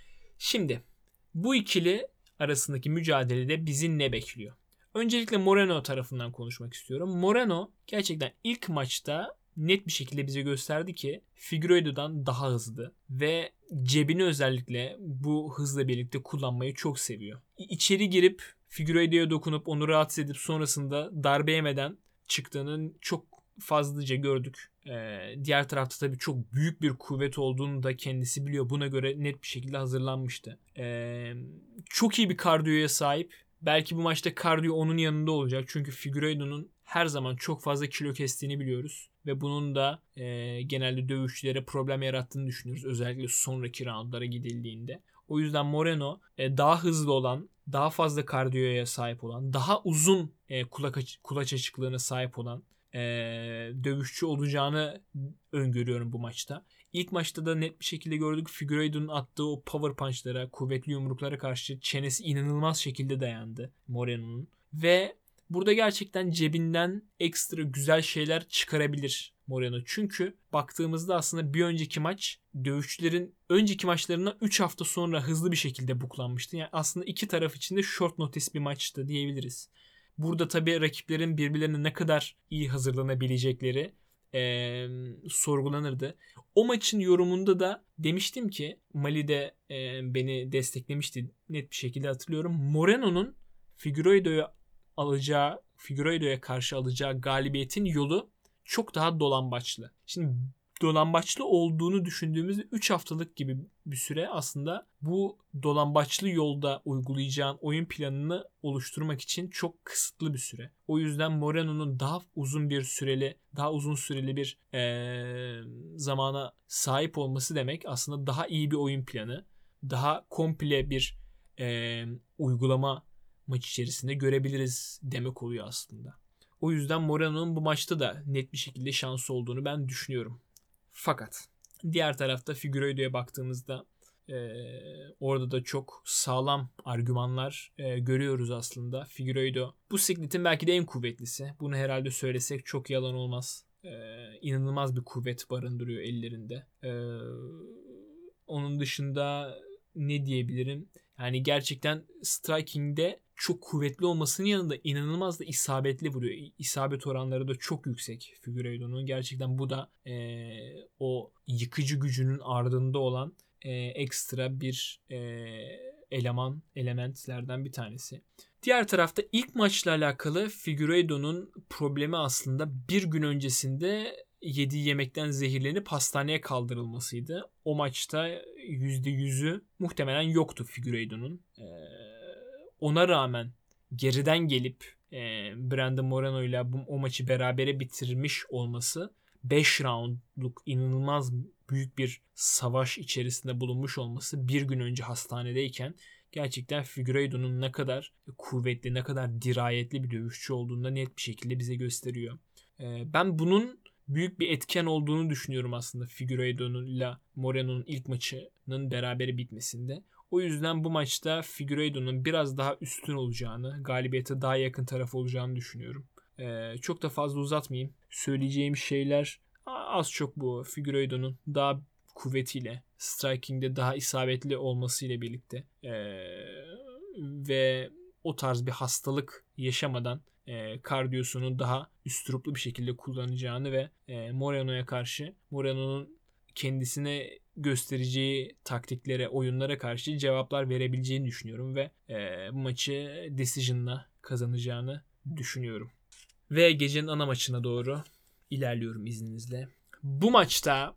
Speaker 1: Şimdi bu ikili arasındaki mücadelede bizi ne bekliyor? Öncelikle Moreno tarafından konuşmak istiyorum. Moreno gerçekten ilk maçta net bir şekilde bize gösterdi ki Figueiredo'dan daha hızlı ve cebini özellikle bu hızla birlikte kullanmayı çok seviyor. İçeri girip Figueiredo'ya dokunup onu rahatsız edip sonrasında darbe yemeden çıktığının çok fazlaca gördük. Ee, diğer tarafta tabii çok büyük bir kuvvet olduğunu da kendisi biliyor. Buna göre net bir şekilde hazırlanmıştı. Ee, çok iyi bir kardiyoya sahip. Belki bu maçta kardiyo onun yanında olacak. Çünkü Figueiredo'nun her zaman çok fazla kilo kestiğini biliyoruz. Ve bunun da e, genelde dövüşçülere problem yarattığını düşünüyoruz. Özellikle sonraki roundlara gidildiğinde. O yüzden Moreno e, daha hızlı olan, daha fazla kardiyoya sahip olan, daha uzun e, kulak aç- kulaç açıklığına sahip olan e, dövüşçü olacağını öngörüyorum bu maçta. İlk maçta da net bir şekilde gördük. Figueiredo'nun attığı o power punchlara, kuvvetli yumruklara karşı çenesi inanılmaz şekilde dayandı Moreno'nun. Ve burada gerçekten cebinden ekstra güzel şeyler çıkarabilir Moreno. Çünkü baktığımızda aslında bir önceki maç dövüşçülerin önceki maçlarına üç hafta sonra hızlı bir şekilde buklanmıştı. Yani aslında iki taraf için de short notice bir maçtı diyebiliriz. Burada tabii rakiplerin birbirlerine ne kadar iyi hazırlanabilecekleri e, sorgulanırdı. O maçın yorumunda da demiştim ki Mali de e, beni desteklemişti, net bir şekilde hatırlıyorum. Moreno'nun Figueiredo'ya alacağı, Figueiredo'ya karşı alacağı galibiyetin yolu çok daha dolambaçlı. Şimdi dolambaçlı olduğunu düşündüğümüzde üç haftalık gibi bir süre aslında bu dolambaçlı yolda uygulayacağın oyun planını oluşturmak için çok kısıtlı bir süre. O yüzden Moreno'nun daha uzun bir süreli, daha uzun süreli bir ee, zamana sahip olması demek aslında daha iyi bir oyun planı, daha komple bir ee, uygulama maç içerisinde görebiliriz demek oluyor aslında. O yüzden Moreno'nun bu maçta da net bir şekilde şansı olduğunu ben düşünüyorum. Fakat diğer tarafta Figueiredo'ya baktığımızda e, orada da çok sağlam argümanlar e, görüyoruz aslında. Figueiredo bu sikletin belki de en kuvvetlisi. Bunu herhalde söylesek çok yalan olmaz. E, inanılmaz bir kuvvet barındırıyor ellerinde. E, onun dışında ne diyebilirim? Yani gerçekten striking'de çok kuvvetli olmasının yanında inanılmaz da isabetli vuruyor. İsabet oranları da çok yüksek Figueiredo'nun. Gerçekten bu da e, o yıkıcı gücünün ardında olan e, ekstra bir e, eleman, elementlerden bir tanesi. Diğer tarafta ilk maçla alakalı Figueiredo'nun problemi aslında bir gün öncesinde yediği yemekten zehirlenip hastaneye kaldırılmasıydı. O maçta yüzde yüzü muhtemelen yoktu Figueiredo'nun. Ee, ona rağmen geriden gelip e, Brandon Moreno ile bu, o maçı berabere bitirmiş olması, beş roundluk inanılmaz büyük bir savaş içerisinde bulunmuş olması bir gün önce hastanedeyken gerçekten Figueiredo'nun ne kadar kuvvetli, ne kadar dirayetli bir dövüşçü olduğunu da net bir şekilde bize gösteriyor. Ee, ben bunun büyük bir etken olduğunu düşünüyorum aslında Figueiredo'nun ile Moreno'nun ilk maçının berabere bitmesinde. O yüzden bu maçta Figueiredo'nun biraz daha üstün olacağını, galibiyete daha yakın taraf olacağını düşünüyorum. Ee, çok da fazla uzatmayayım. Söyleyeceğim şeyler az çok bu. Figueiredo'nun daha kuvvetiyle, striking'de daha isabetli olmasıyla birlikte ee, ve o tarz bir hastalık yaşamadan e, kardiyosunu daha üstruplu bir şekilde kullanacağını ve e, Moreno'ya karşı Moreno'nun kendisine göstereceği taktiklere, oyunlara karşı cevaplar verebileceğini düşünüyorum ve e, bu maçı decision'la kazanacağını düşünüyorum. Ve gecenin ana maçına doğru ilerliyorum izninizle. Bu maçta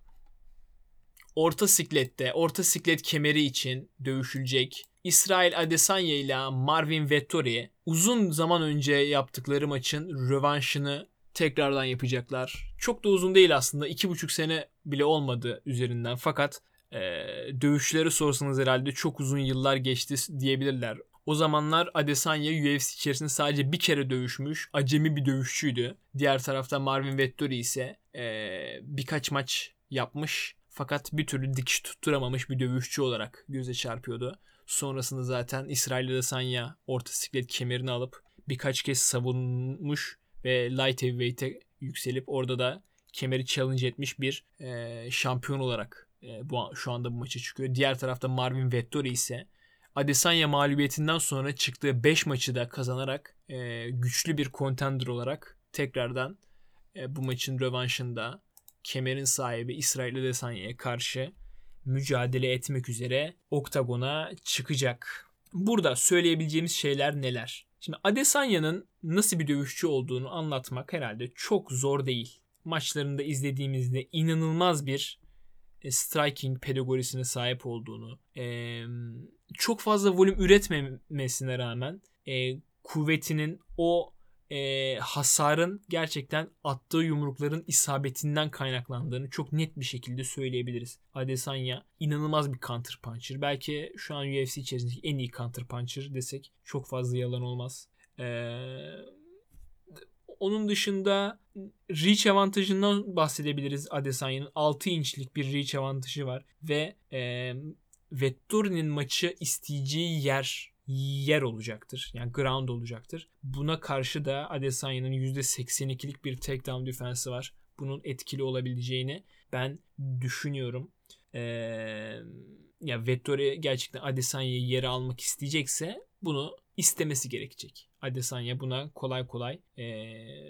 Speaker 1: orta siklette, orta siklet kemeri için dövüşülecek İsrail Adesanya ile Marvin Vettori uzun zaman önce yaptıkları maçın rövanşını tekrardan yapacaklar. Çok da uzun değil aslında. iki buçuk sene bile olmadı üzerinden. Fakat e, dövüşçüleri sorsanız herhalde çok uzun yıllar geçti diyebilirler. O zamanlar Adesanya U F C içerisinde sadece bir kere dövüşmüş. Acemi bir dövüşçüydü. Diğer tarafta Marvin Vettori ise ee, birkaç maç yapmış. Fakat bir türlü dikiş tutturamamış bir dövüşçü olarak göze çarpıyordu. Sonrasında zaten İsrail Adesanya orta siklet kemerini alıp birkaç kez savunmuş ve light heavyweight'e yükselip orada da kemeri challenge etmiş bir e, şampiyon olarak e, bu şu anda bu maça çıkıyor. Diğer tarafta Marvin Vettori ise Adesanya mağlubiyetinden sonra çıktığı beş maçı da kazanarak e, güçlü bir contender olarak tekrardan e, bu maçın rövanşında kemerin sahibi İsrail Adesanya'ya karşı mücadele etmek üzere oktagona çıkacak. Burada söyleyebileceğimiz şeyler neler? Şimdi Adesanya'nın nasıl bir dövüşçü olduğunu anlatmak herhalde çok zor değil. Maçlarında izlediğimizde inanılmaz bir e, striking pedagogisine sahip olduğunu, e, çok fazla volüm üretmemesine rağmen e, kuvvetinin o e, hasarın gerçekten attığı yumrukların isabetinden kaynaklandığını çok net bir şekilde söyleyebiliriz. Adesanya inanılmaz bir counter puncher. Belki şu an U F C içerisindeki en iyi counter puncher desek çok fazla yalan olmaz. Eee Onun dışında reach avantajından bahsedebiliriz Adesanya'nın. altı inçlik bir reach avantajı var. Ve e, Vettori'nin maçı isteyeceği yer yer olacaktır. Yani ground olacaktır. Buna karşı da Adesanya'nın yüzde seksen ikilik bir takedown defensi var. Bunun etkili olabileceğini ben düşünüyorum. Ee, ya Vettori gerçekten Adesanya'yı yere almak isteyecekse bunu istemesi gerekecek. Adesanya buna kolay kolay e,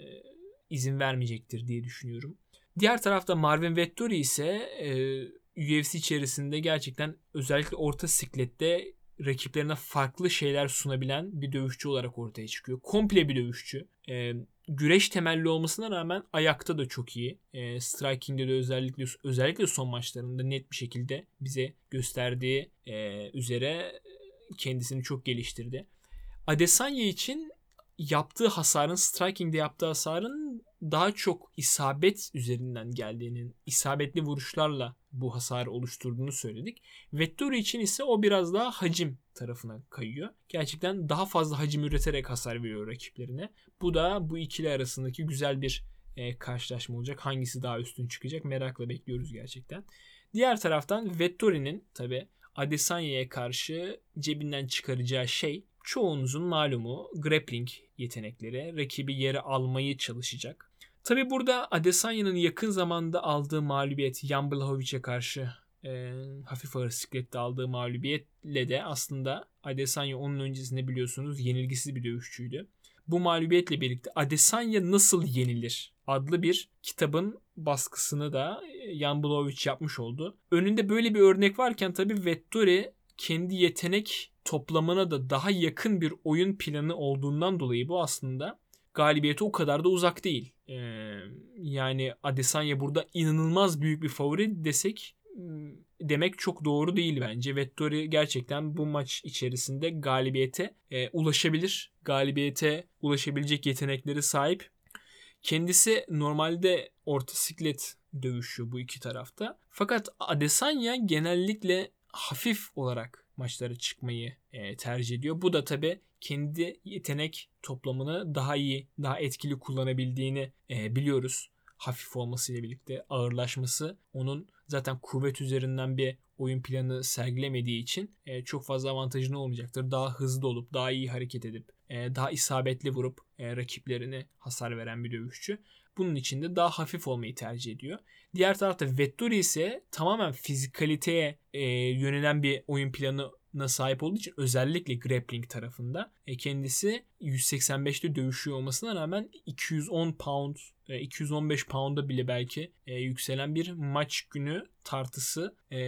Speaker 1: izin vermeyecektir diye düşünüyorum. Diğer tarafta Marvin Vettori ise e, U F C içerisinde gerçekten özellikle orta siklette rakiplerine farklı şeyler sunabilen bir dövüşçü olarak ortaya çıkıyor. Komple bir dövüşçü. E, güreş temelli olmasına rağmen ayakta da çok iyi. E, striking'de de özellikle özellikle son maçlarında net bir şekilde bize gösterdiği e, üzere kendisini çok geliştirdi. Adesanya için yaptığı hasarın, striking'de yaptığı hasarın daha çok isabet üzerinden geldiğinin, isabetli vuruşlarla bu hasarı oluşturduğunu söyledik. Vettori için ise o biraz daha hacim tarafına kayıyor. Gerçekten daha fazla hacim üreterek hasar veriyor rakiplerine. Bu da bu ikili arasındaki güzel bir e, karşılaşma olacak. Hangisi daha üstün çıkacak merakla bekliyoruz gerçekten. Diğer taraftan Vettori'nin tabi Adesanya'ya karşı cebinden çıkaracağı şey çoğunuzun malumu grappling yetenekleri. Rakibi yere almayı çalışacak. Tabi burada Adesanya'nın yakın zamanda aldığı mağlubiyet Jan Blachowicz'e karşı e, hafif ağır siklette aldığı mağlubiyetle de aslında Adesanya onun öncesinde biliyorsunuz yenilgisiz bir dövüşçüydü. Bu mağlubiyetle birlikte Adesanya nasıl yenilir adlı bir kitabın baskısını da Jan Blachowicz yapmış oldu. Önünde böyle bir örnek varken tabi Vettori kendi yetenek toplamına da daha yakın bir oyun planı olduğundan dolayı bu aslında galibiyete o kadar da uzak değil. Ee, yani Adesanya burada inanılmaz büyük bir favori desek demek çok doğru değil bence. Vettori gerçekten bu maç içerisinde galibiyete e, ulaşabilir. Galibiyete ulaşabilecek yetenekleri sahip. Kendisi normalde orta siklet dövüşüyor bu iki tarafta. Fakat Adesanya genellikle hafif olarak maçlara çıkmayı e, tercih ediyor. Bu da tabii kendi yetenek toplamını daha iyi, daha etkili kullanabildiğini e, biliyoruz. Hafif olmasıyla birlikte ağırlaşması onun zaten kuvvet üzerinden bir oyun planı sergilemediği için e, çok fazla avantajını olmayacaktır. Daha hızlı olup, daha iyi hareket edip, e, daha isabetli vurup e, rakiplerine hasar veren bir dövüşçü. Bunun için de daha hafif olmayı tercih ediyor. Diğer tarafta Vettori ise tamamen fizikaliteye e, yönelen bir oyun planına sahip olduğu için özellikle grappling tarafında e, kendisi yüz seksen beşte dövüşüyor olmasına rağmen iki yüz on pound, e, iki yüz on beş pound'a bile belki e, yükselen bir maç günü tartısı e,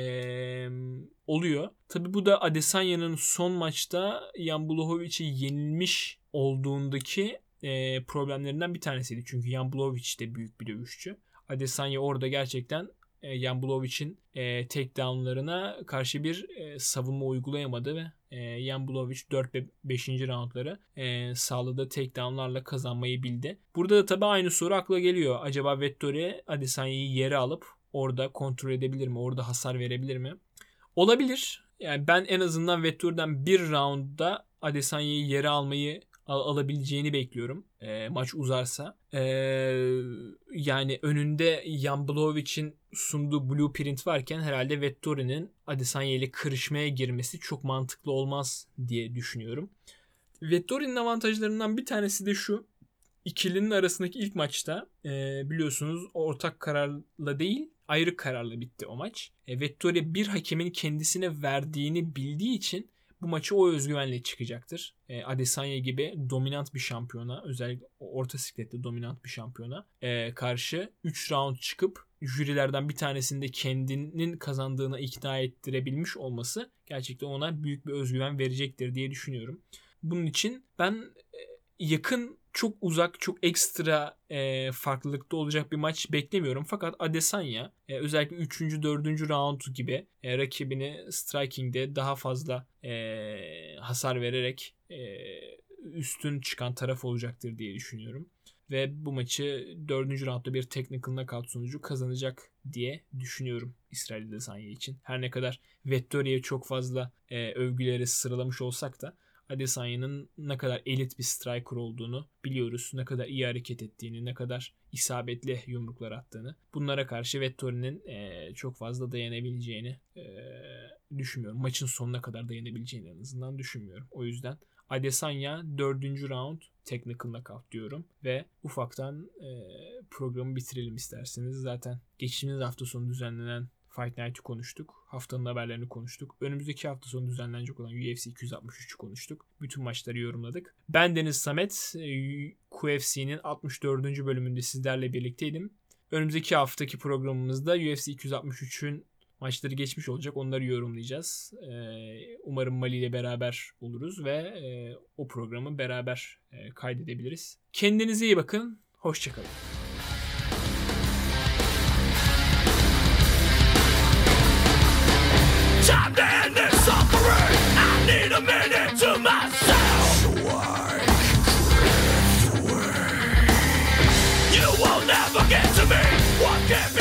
Speaker 1: oluyor. Tabi bu da Adesanya'nın son maçta Jan Blachowicz'e yenilmiş olduğundaki e, problemlerinden bir tanesiydi. Çünkü Jan Blachowicz de büyük bir dövüşçü. Adesanya orada gerçekten e, Jan Blachowicz'in e, takedownlarına karşı bir e, savunma uygulayamadı ve e, Jan Blachowicz dört ve beşinci roundları e, sağladığı takedownlarla kazanmayı bildi. Burada da tabii aynı soru akla geliyor. Acaba Vettori Adesanya'yı yere alıp orada kontrol edebilir mi? Orada hasar verebilir mi? Olabilir. Yani ben en azından Vettori'den bir roundda Adesanya'yı yere almayı al- alabileceğini bekliyorum. E, maç uzarsa. E, yani önünde Jan Blachowicz'in sunduğu blueprint varken herhalde Vettori'nin Adesanya ile kırışmaya girmesi çok mantıklı olmaz diye düşünüyorum. Vettori'nin avantajlarından bir tanesi de şu. İkilinin arasındaki ilk maçta e, biliyorsunuz ortak kararla değil ayrı kararla bitti o maç. E, Vettori bir hakemin kendisine verdiğini bildiği için bu maçı o özgüvenle çıkacaktır. E, Adesanya gibi dominant bir şampiyona, özellikle orta siklette dominant bir şampiyona e, karşı üç round çıkıp jürilerden bir tanesinde kendinin kazandığına ikna ettirebilmiş olması gerçekten ona büyük bir özgüven verecektir diye düşünüyorum. Bunun için ben e, yakın, çok uzak, çok ekstra e, farklılıkta olacak bir maç beklemiyorum. Fakat Adesanya e, özellikle üçüncü dördüncü round gibi e, rakibini striking'de daha fazla e, hasar vererek e, üstün çıkan taraf olacaktır diye düşünüyorum. Ve bu maçı dördüncü roundda bir technical knockout sonucu kazanacak diye düşünüyorum İsrail Adesanya için. Her ne kadar Vettori'ye çok fazla e, övgüleri sıralamış olsak da Adesanya'nın ne kadar elit bir striker olduğunu biliyoruz. Ne kadar iyi hareket ettiğini, ne kadar isabetli yumruklar attığını. Bunlara karşı Vettori'nin e, çok fazla dayanabileceğini e, düşünmüyorum. Maçın sonuna kadar dayanabileceğini en azından düşünmüyorum. O yüzden Adesanya dördüncü round technical knockout diyorum. Ve ufaktan e, programı bitirelim isterseniz. Zaten geçtiğimiz hafta sonu düzenlenen Fight Night'ı konuştuk. Haftanın haberlerini konuştuk. Önümüzdeki hafta sonu düzenlenecek olan U F C iki yüz altmış üçü konuştuk. Bütün maçları yorumladık. Ben Deniz Samet. Q F C'nin altmış dördüncü bölümünde sizlerle birlikteydim. Önümüzdeki haftaki programımızda U F C iki yüz altmış üçün maçları geçmiş olacak. Onları yorumlayacağız. Umarım Mali ile beraber oluruz ve o programı beraber kaydedebiliriz. Kendinize iyi bakın. Hoşçakalın. Time to end this suffering. I need a minute to myself. So I drift away. You will never get to me. What can